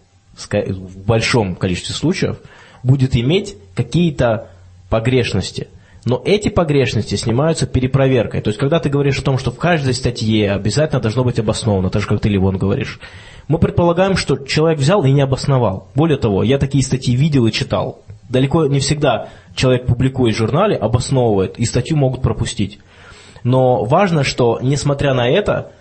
в большом количестве случаев, будет иметь какие-то погрешности. Но эти погрешности снимаются перепроверкой. То есть, когда ты говоришь о том, что в каждой статье обязательно должно быть обосновано, так же, как ты, Ливон, говоришь, мы предполагаем, что человек взял и не обосновал. Более того, я такие статьи видел и читал. Далеко не всегда человек, публикует в журнале, обосновывает, и статью могут пропустить. Но важно, что, несмотря на это,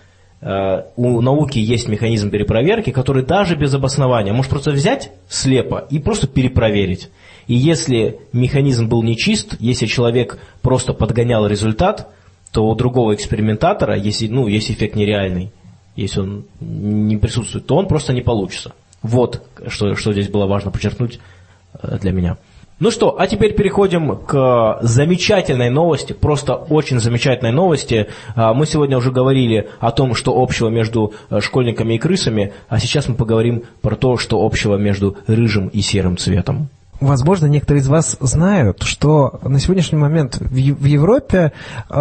у науки есть механизм перепроверки, который даже без обоснования может просто взять слепо и просто перепроверить. И если механизм был нечист, если человек просто подгонял результат, то у другого экспериментатора, если эффект нереальный, если он не присутствует, то он просто не получится. Вот что здесь было важно подчеркнуть для меня. Ну что, а теперь переходим к замечательной новости, просто очень замечательной новости. Мы сегодня уже говорили о том, что общего между школьниками и крысами, а сейчас мы поговорим про то, что общего между рыжим и серым цветом. Возможно, некоторые из вас знают, что на сегодняшний момент в Европе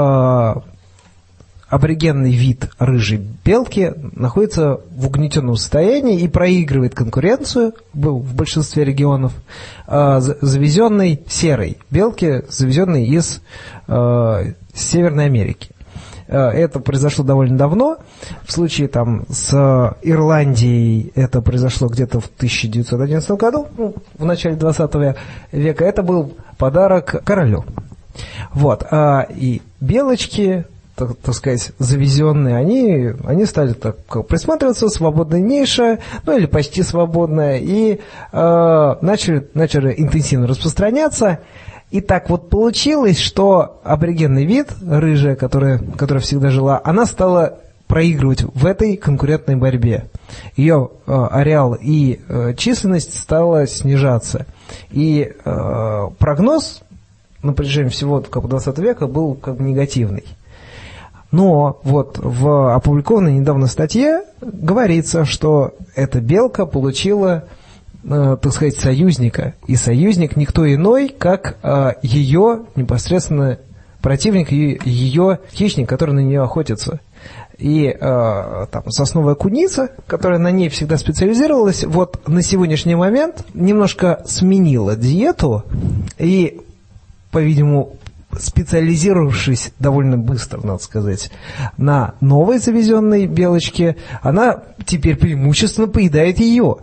аборигенный вид рыжей белки находится в угнетенном состоянии и проигрывает конкуренцию в большинстве регионов завезенной серой белки, завезенной из Северной Америки. Это произошло довольно давно. В случае там, с Ирландией это произошло где-то в 1911 году, в начале 20 века. Это был подарок королю. Вот. И белочки, так сказать, завезенные, они стали так присматриваться, свободная ниша, или почти свободная, и начали интенсивно распространяться. И так вот получилось, что аборигенный вид, рыжая, которая всегда жила, она стала проигрывать в этой конкурентной борьбе. Ее ареал и численность стала снижаться. И прогноз на протяжении всего 20 века был как бы негативный. Но вот в опубликованной недавно статье говорится, что эта белка получила, так сказать, союзника. И союзник никто иной, как ее непосредственно противник, ее хищник, который на нее охотится. И там сосновая куница, которая на ней всегда специализировалась, вот на сегодняшний момент немножко сменила диету и, по-видимому, специализировавшись довольно быстро, надо сказать, на новой завезенной белочке, она теперь преимущественно поедает ее.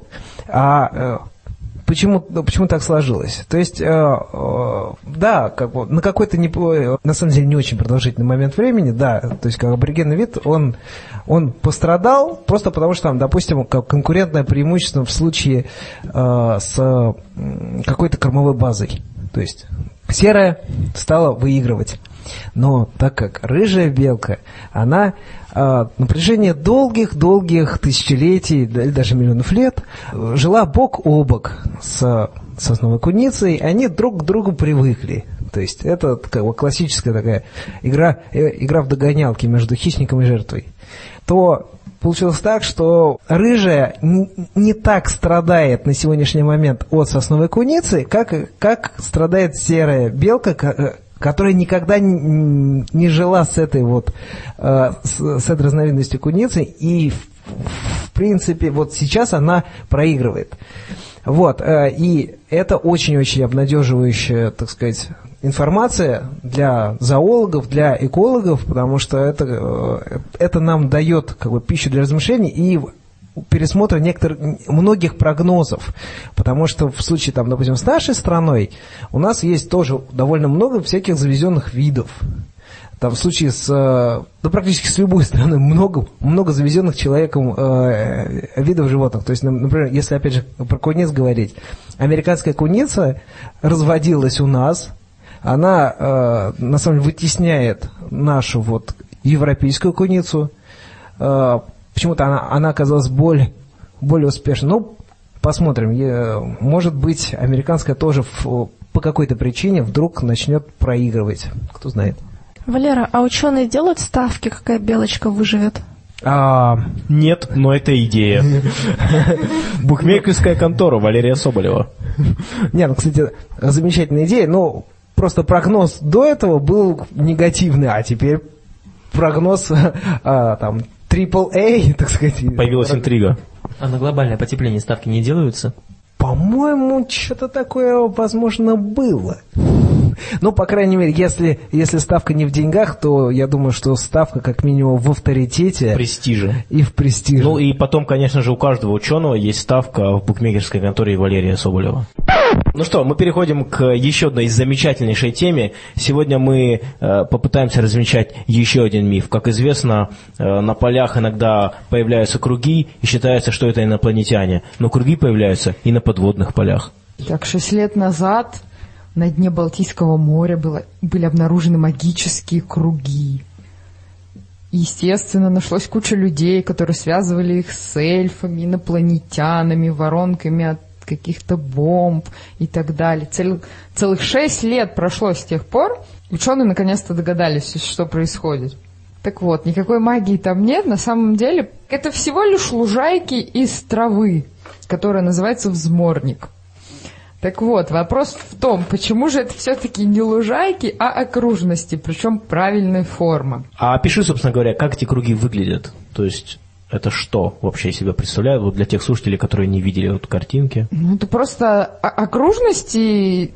Почему так сложилось? То есть, да, как бы на какой-то, на самом деле, не очень продолжительный момент времени, да, то есть, как аборигенный вид, он пострадал просто потому, что, там, допустим, как конкурентное преимущество в случае с какой-то кормовой базой. То есть, серая стала выигрывать. Но так как рыжая белка, она на протяжении долгих тысячелетий, даже миллионов лет, жила бок о бок с сосновой куницей, они друг к другу привыкли. То есть это как бы классическая такая игра в догонялки между хищником и жертвой. То получилось так, что рыжая не так страдает на сегодняшний момент от сосновой куницы, как страдает серая белка, которая никогда не жила с этой разновидностью куницы, и в принципе вот сейчас она проигрывает. Вот, и это очень-очень обнадеживающая, так сказать, информация для зоологов, для экологов, потому что это нам дает как бы пищу для размышлений и пересмотра многих прогнозов, потому что в случае, там, допустим, с нашей страной у нас есть тоже довольно много всяких завезенных видов. Там в случае практически с любой страной много завезенных человеком видов животных. То есть, например, если опять же про куниц говорить, американская куница разводилась у нас, она на самом деле вытесняет нашу вот европейскую куницу. Почему-то она оказалась более успешной. Ну, посмотрим. Может быть, американская тоже по какой-то причине вдруг начнет проигрывать. Кто знает. Валера, а ученые делают ставки, какая белочка выживет? Нет, но это идея. Букмекерская контора Валерия Соболева. Нет, кстати, замечательная идея. Но просто прогноз до этого был негативный, а теперь прогноз там AAA, так сказать. Появилась интрига. А на глобальное потепление ставки не делаются? По-моему, что-то такое, возможно, было. Ну, по крайней мере, если ставка не в деньгах, то я думаю, что ставка как минимум в авторитете. Престиже. И в престиже. Ну и потом, конечно же, у каждого ученого есть ставка в букмекерской конторе Валерия Соболева. Ну что, мы переходим к еще одной замечательнейшей теме. Сегодня мы попытаемся развенчать еще один миф. Как известно, на полях иногда появляются круги, и считается, что это инопланетяне. Но круги появляются и на подводных полях. Так, 6 лет назад на дне Балтийского моря были обнаружены магические круги. Естественно, нашлось куча людей, которые связывали их с эльфами, инопланетянами, воронками от каких-то бомб и так далее. Целых 6 лет прошло с тех пор. Ученые наконец-то догадались, что происходит. Так вот, никакой магии там нет. На самом деле, это всего лишь лужайки из травы, которая называется взморник. Так вот, вопрос в том, почему же это все-таки не лужайки, а окружности, причем правильной формы. А опиши, собственно говоря, как эти круги выглядят. То есть это что вообще из себя представляют вот для тех слушателей, которые не видели вот картинки? Ну, это просто окружности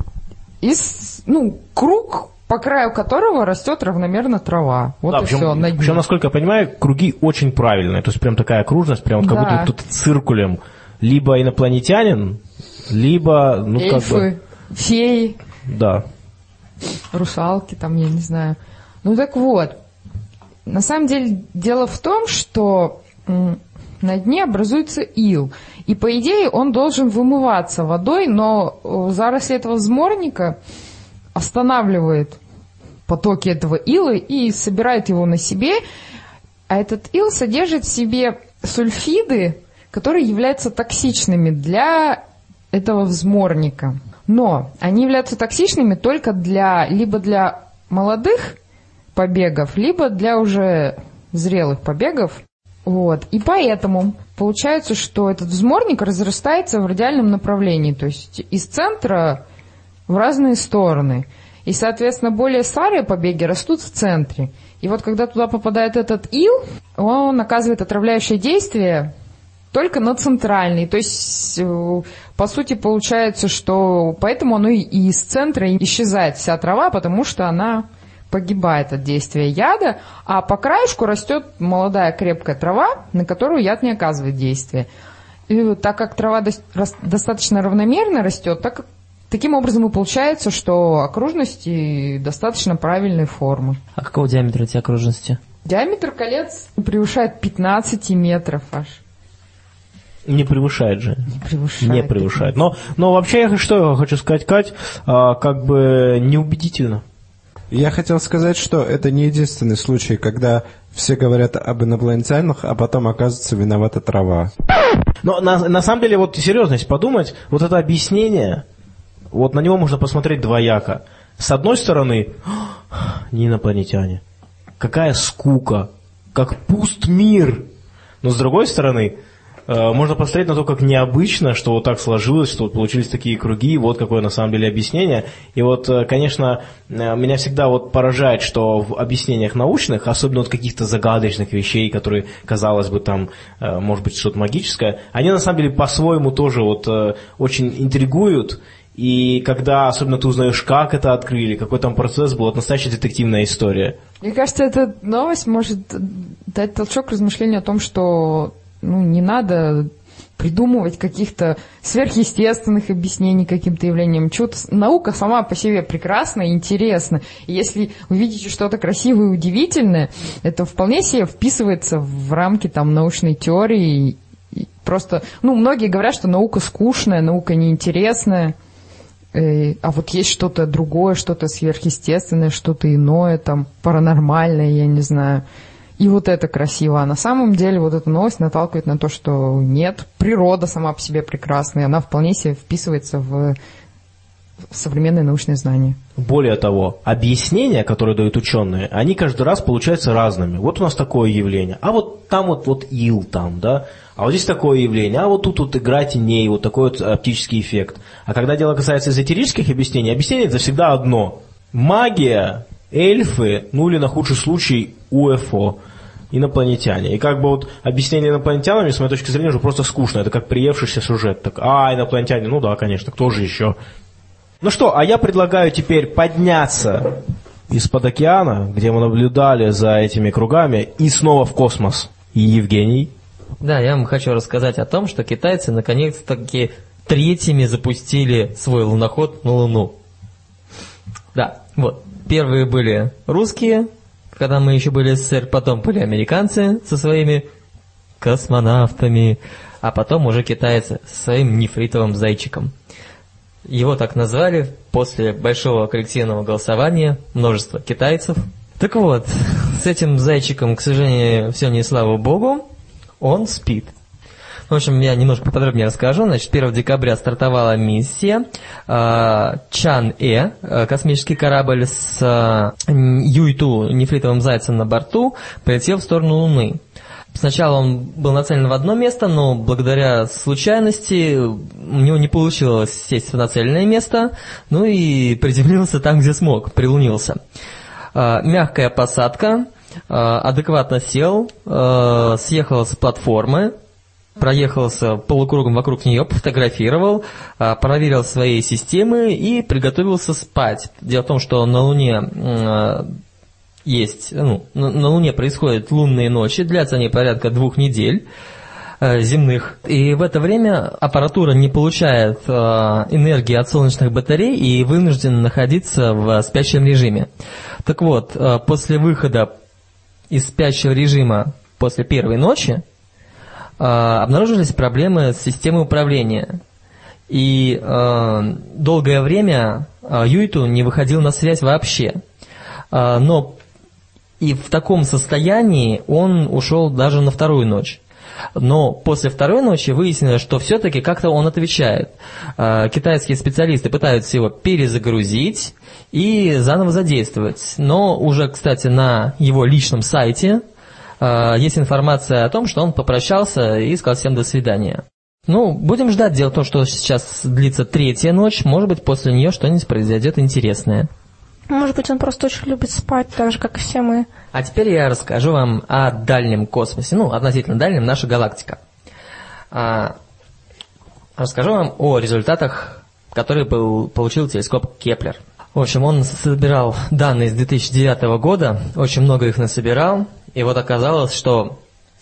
круг, по краю которого растет равномерно трава. Вот да, и все. Причем, насколько я понимаю, круги очень правильные. То есть прям такая окружность, прям как будто тут циркулем. Либо инопланетянин, либо, эльфы, феи. Да. Русалки там, я не знаю. Ну так вот, на самом деле дело в том, что на дне образуется ил. И по идее он должен вымываться водой, но заросли этого взморника останавливает потоки этого ила и собирает его на себе. А этот ил содержит в себе сульфиды, которые являются токсичными для этого взморника. Но они являются токсичными только либо для молодых побегов, либо для уже зрелых побегов. Вот. И поэтому получается, что этот взморник разрастается в радиальном направлении, то есть из центра в разные стороны. И, соответственно, более старые побеги растут в центре. И вот когда туда попадает этот ил, он оказывает отравляющее действие только на центральный. То есть, по сути, получается, что поэтому оно и из центра исчезает вся трава, потому что она погибает от действия яда, а по краешку растет молодая крепкая трава, на которую яд не оказывает действия. И так как трава достаточно равномерно растет, таким образом и получается, что окружности достаточно правильной формы. А какого диаметра эти окружности? Диаметр колец превышает 15 метров аж. Не превышает же. Не превышает. Но вообще, что я хочу сказать, Кать, как бы неубедительно. Я хотел сказать, что это не единственный случай, когда все говорят об инопланетянах, а потом оказывается виновата трава. Но на самом деле, вот серьезно, если подумать, вот это объяснение, вот на него можно посмотреть двояко. С одной стороны, не инопланетяне. Какая скука, как пуст мир. Но с другой стороны, можно посмотреть на то, как необычно, что вот так сложилось, что вот получились такие круги, вот какое на самом деле объяснение. И вот, конечно, меня всегда вот поражает, что в объяснениях научных, особенно вот каких-то загадочных вещей, которые, казалось бы, там, может быть, что-то магическое, они на самом деле по-своему тоже вот очень интригуют. И когда особенно ты узнаешь, как это открыли, какой там процесс был, это настоящая детективная история. Мне кажется, эта новость может дать толчок к размышлению о том, что не надо придумывать каких-то сверхъестественных объяснений каким-то явлениям. Наука сама по себе прекрасна и интересна. И если вы видите что-то красивое и удивительное, это вполне себе вписывается в рамки там научной теории. И просто, многие говорят, что наука скучная, наука неинтересная. А вот есть что-то другое, что-то сверхъестественное, что-то иное, там, паранормальное, я не знаю. И вот это красиво. А на самом деле вот эта новость наталкивает на то, что нет, природа сама по себе прекрасна, и она вполне себе вписывается в современные научные знания. Более того, объяснения, которые дают ученые, они каждый раз получаются разными. Вот у нас такое явление, а вот там вот ил там, да, а вот здесь такое явление, а вот тут вот игра теней, вот такой вот оптический эффект. А когда дело касается эзотерических объяснений, объяснение это всегда одно. Магия, эльфы, или на худший случай УФО, инопланетяне. И как бы вот объяснение инопланетянами, с моей точки зрения, уже просто скучно. Это как приевшийся сюжет. Так, инопланетяне, да, конечно, кто же еще? Ну что, а я предлагаю теперь подняться из-под океана, где мы наблюдали за этими кругами, и снова в космос. И Евгений? Да, я вам хочу рассказать о том, что китайцы наконец-таки третьими запустили свой луноход на Луну. Да, вот. Первые были русские, когда мы еще были СССР, потом были американцы со своими космонавтами, а потом уже китайцы со своим нефритовым зайчиком. Его так назвали после большого коллективного голосования, множество китайцев. Так вот, с этим зайчиком, к сожалению, все не слава богу, он спит. В общем, я немножко поподробнее расскажу. Значит, 1 декабря стартовала миссия Чан-Э, космический корабль с Юй-Ту, нефритовым зайцем на борту, полетел в сторону Луны. Сначала он был нацелен в одно место, но благодаря случайности у него не получилось сесть в нацеленное место, и приземлился там, где смог, прилунился. Мягкая посадка, адекватно сел, съехал с платформы, проехался полукругом вокруг нее, пофотографировал, проверил свои системы и приготовился спать. Дело в том, что на Луне на Луне происходят лунные ночи, длятся они порядка 2 недель земных. И в это время аппаратура не получает энергии от солнечных батарей и вынуждена находиться в спящем режиме. Так вот, после выхода из спящего режима после первой ночи обнаружились проблемы с системой управления. И долгое время Юйту не выходил на связь вообще. Но и в таком состоянии он ушел даже на вторую ночь. Но после второй ночи выяснилось, что все-таки как-то он отвечает. Китайские специалисты пытаются его перезагрузить и заново задействовать. Но уже, кстати, на его личном сайте есть информация о том, что он попрощался и сказал всем до свидания. Будем ждать. Дело в том, что сейчас длится 3-я ночь. Может быть, после нее что-нибудь произойдет интересное. Может быть, он просто очень любит спать, так же, как и все мы. А теперь я расскажу вам о дальнем космосе. Относительно дальнем наша галактика. Расскажу вам о результатах, которые получил телескоп Кеплер. В общем, он собирал данные с 2009 года, очень много их насобирал, и вот оказалось, что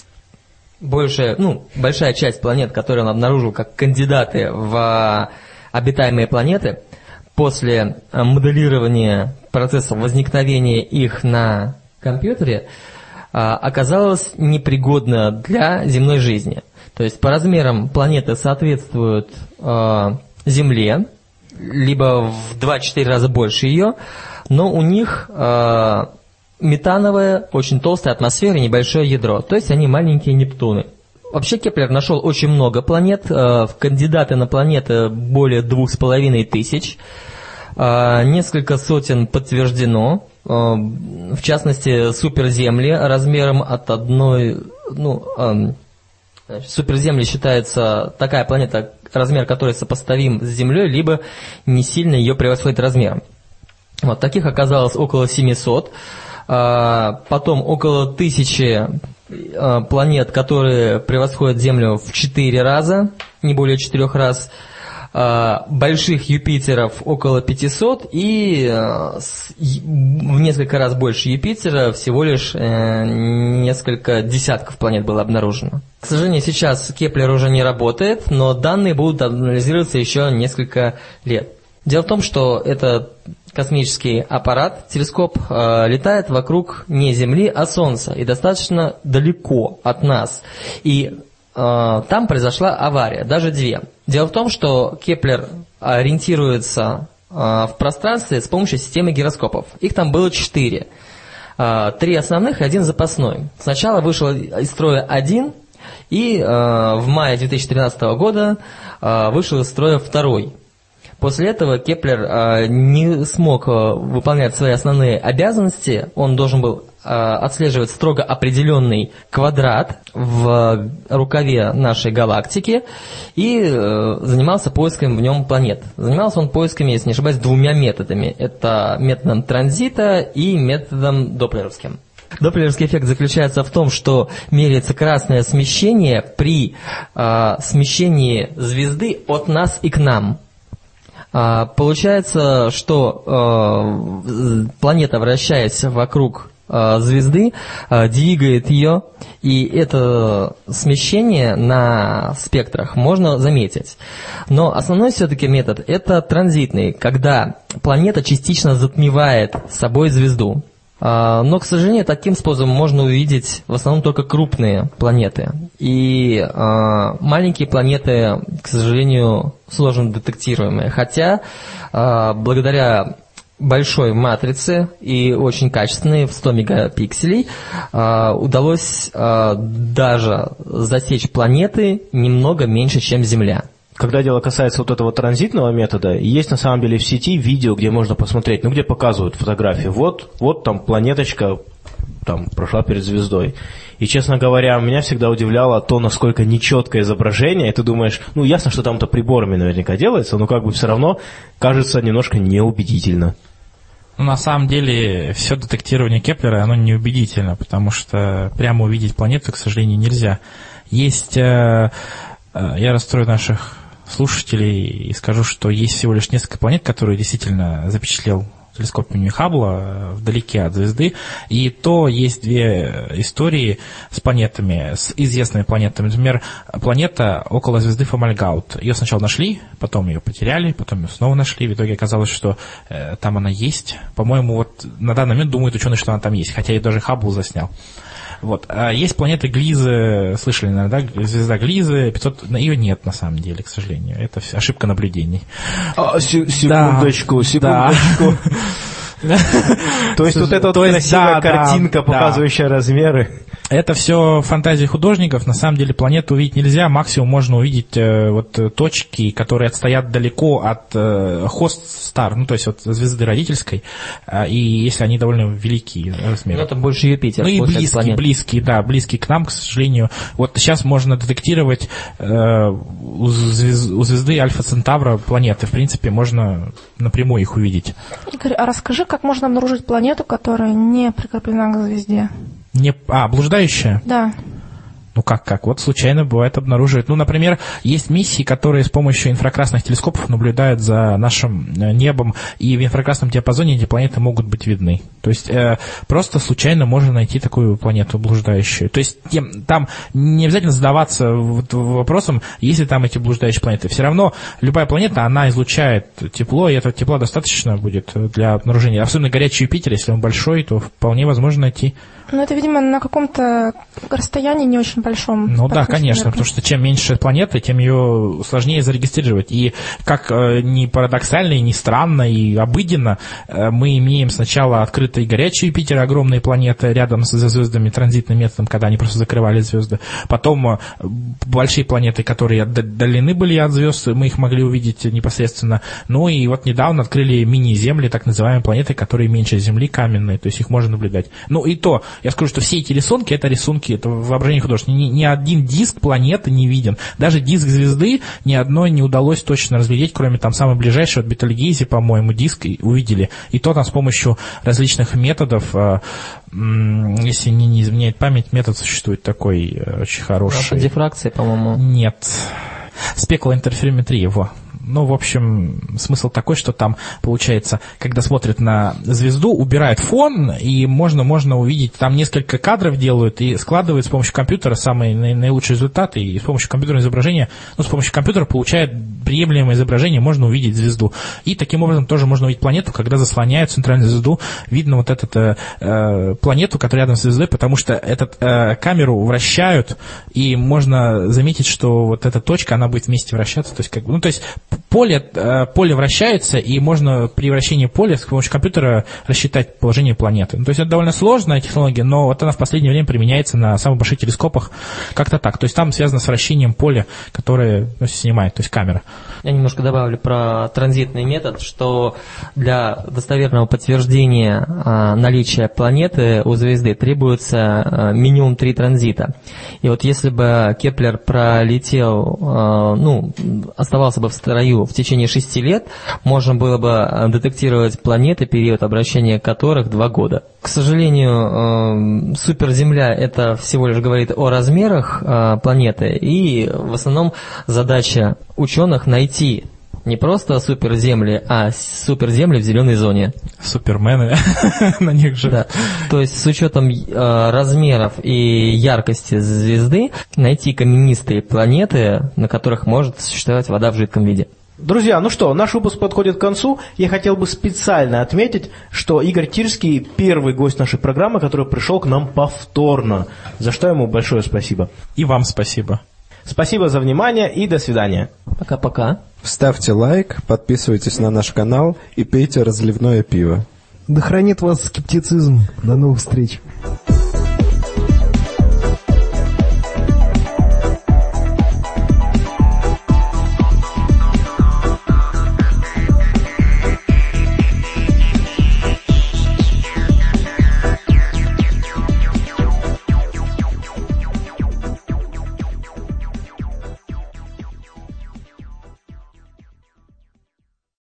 большая часть планет, которые он обнаружил как кандидаты в обитаемые планеты, после моделирования процесса возникновения их на компьютере, оказалась непригодна для земной жизни. То есть по размерам планеты соответствуют Земле, либо в 2-4 раза больше ее, но у них метановая, очень толстая атмосфера и небольшое ядро, то есть они маленькие Нептуны. Вообще Кеплер нашел очень много планет, кандидаты на планеты более 2500, несколько сотен подтверждено, в частности суперземли размером от одной, суперземля считается такая планета, размер которой сопоставим с Землей, либо не сильно ее превосходит размером. Вот, таких оказалось около 700. Потом около 1000 планет, которые превосходят Землю в 4 раза, не более 4 раз. Больших Юпитеров около 500 и в несколько раз больше Юпитера всего лишь несколько десятков планет было обнаружено. К сожалению, сейчас Кеплер уже не работает, но данные будут анализироваться еще несколько лет. Дело в том, что этот космический аппарат, телескоп, летает вокруг не Земли, а Солнца и достаточно далеко от нас. И там произошла авария, даже 2. Дело в том, что Кеплер ориентируется в пространстве с помощью системы гироскопов. Их там было 4. 3 основных и 1 запасной. Сначала вышел из строя 1, и в мае 2013 года вышел из строя 2. После этого Кеплер не смог выполнять свои основные обязанности. Он должен был отслеживать строго определенный квадрат в рукаве нашей галактики и занимался поиском в нем планет. Занимался он поисками, если не ошибаюсь, 2 методами. Это методом транзита и методом доплеровским. Доплеровский эффект заключается в том, что меряется красное смещение при смещении звезды от нас и к нам. Получается, что планета, вращаясь вокруг звезды, двигает ее, и это смещение на спектрах можно заметить. Но основной все-таки метод – это транзитный, когда планета частично затмевает собой звезду. Но, к сожалению, таким способом можно увидеть в основном только крупные планеты. И маленькие планеты, к сожалению, сложно детектируемые. Хотя, благодаря большой матрице и очень качественной, в 100 мегапикселей, удалось даже засечь планеты немного меньше, чем Земля. Когда дело касается вот этого транзитного метода, есть на самом деле в сети видео, где можно посмотреть, где показывают фотографии. Вот там планеточка там прошла перед звездой. И, честно говоря, меня всегда удивляло то, насколько нечеткое изображение. И ты думаешь, ясно, что там-то приборами наверняка делается, но как бы все равно кажется немножко неубедительно. На самом деле, все детектирование Кеплера, оно неубедительно, потому что прямо увидеть планету, к сожалению, нельзя. Есть, я расстрою наших слушателей и скажу, что есть всего лишь несколько планет, которые действительно запечатлел телескоп имени Хаббла вдалеке от звезды, и то есть 2 истории с планетами, с известными планетами. Например, планета около звезды Фомальгаут. Ее сначала нашли, потом ее потеряли, потом ее снова нашли. В итоге оказалось, что там она есть. По-моему, вот на данный момент думают ученые, что она там есть, хотя ее даже Хаббл заснял. Вот. А есть планета Глизы, слышали, наверное, да? Звезда Глизы, 500, ее нет на самом деле, к сожалению. Это ошибка наблюдений. Секундочку. То есть вот эта вот красивая картинка, показывающая размеры. Это все фантазии художников. На самом деле планету увидеть нельзя. Максимум можно увидеть точки, которые отстоят далеко от хост-стар, то есть от звезды родительской. И если они довольно великие размеры. Это больше Юпитер. И близкие к нам, к сожалению. Вот сейчас можно детектировать у звезды Альфа Центавра планеты. В принципе, можно напрямую их увидеть. Игорь, а расскажи, как можно обнаружить планету, которая не прикреплена к звезде? Блуждающая? Да. Как? Вот случайно бывает обнаруживают. Например, есть миссии, которые с помощью инфракрасных телескопов наблюдают за нашим небом, и в инфракрасном диапазоне эти планеты могут быть видны. То есть просто случайно можно найти такую планету блуждающую. То есть там не обязательно задаваться вопросом, есть ли там эти блуждающие планеты. Все равно любая планета, она излучает тепло, и этого тепла достаточно будет для обнаружения. Особенно горячий Юпитер, если он большой, то вполне возможно найти. Ну, это, видимо, на каком-то расстоянии не очень большом. Ну да, конечно, потому что чем меньше планеты, тем ее сложнее зарегистрировать. И как ни парадоксально, и ни странно, и обыденно, мы имеем сначала открытый горячий Юпитер, огромные планеты рядом со звездами транзитным методом, когда они просто закрывали звезды. Потом большие планеты, которые отдалены были от звезд, мы их могли увидеть непосредственно. Ну и вот недавно открыли мини-земли, так называемые планеты, которые меньше Земли, каменные, то есть их можно наблюдать. Ну и то, я скажу, что все эти рисунки, это воображение художника. Ни один диск планеты не виден. Даже диск звезды ни одной не удалось точно разглядеть, кроме там самой ближайшей, вот Бетельгейзе, по-моему, диск увидели. И то там с помощью различных методов, если не изменяет память, метод существует такой очень хороший. Дифракция, по-моему. Нет. Спеклоинтерферометрия, его. Ну, в общем, смысл такой, что там, получается, когда смотрят на звезду, убирают фон, и можно увидеть, там несколько кадров делают и складывают с помощью компьютера самые наилучшие результаты, и с помощью компьютерного изображения, с помощью компьютера получают приемлемое изображение, можно увидеть звезду. И таким образом тоже можно увидеть планету, когда заслоняют центральную звезду, видно вот эту планету, которая рядом с звездой, потому что камеру вращают, и можно заметить, что вот эта точка, она будет вместе вращаться, то есть поле вращается, и можно при вращении поля с помощью компьютера рассчитать положение планеты. То есть это довольно сложная технология, но вот она в последнее время применяется на самых больших телескопах как-то так. То есть там связано с вращением поля, которое снимает, то есть камера. Я немножко добавлю про транзитный метод, что для достоверного подтверждения наличия планеты у звезды требуется минимум 3 транзита. И вот если бы Кеплер пролетел, оставался бы в строю в течение 6 лет, можно было бы детектировать планеты, период обращения которых 2 года. К сожалению, суперземля это всего лишь говорит о размерах планеты, и в основном задача ученых найти не просто суперземли, а суперземли в зеленой зоне. Супермены на них же. Да. То есть с учетом размеров и яркости звезды найти каменистые планеты, на которых может существовать вода в жидком виде. Друзья, ну что, наш выпуск подходит к концу. Я хотел бы специально отметить, что Игорь Тирский первый гость нашей программы, который пришел к нам повторно, за что ему большое спасибо. И вам спасибо. Спасибо за внимание и до свидания. Пока-пока. Ставьте лайк, подписывайтесь на наш канал и пейте разливное пиво. Да хранит вас скептицизм. До новых встреч.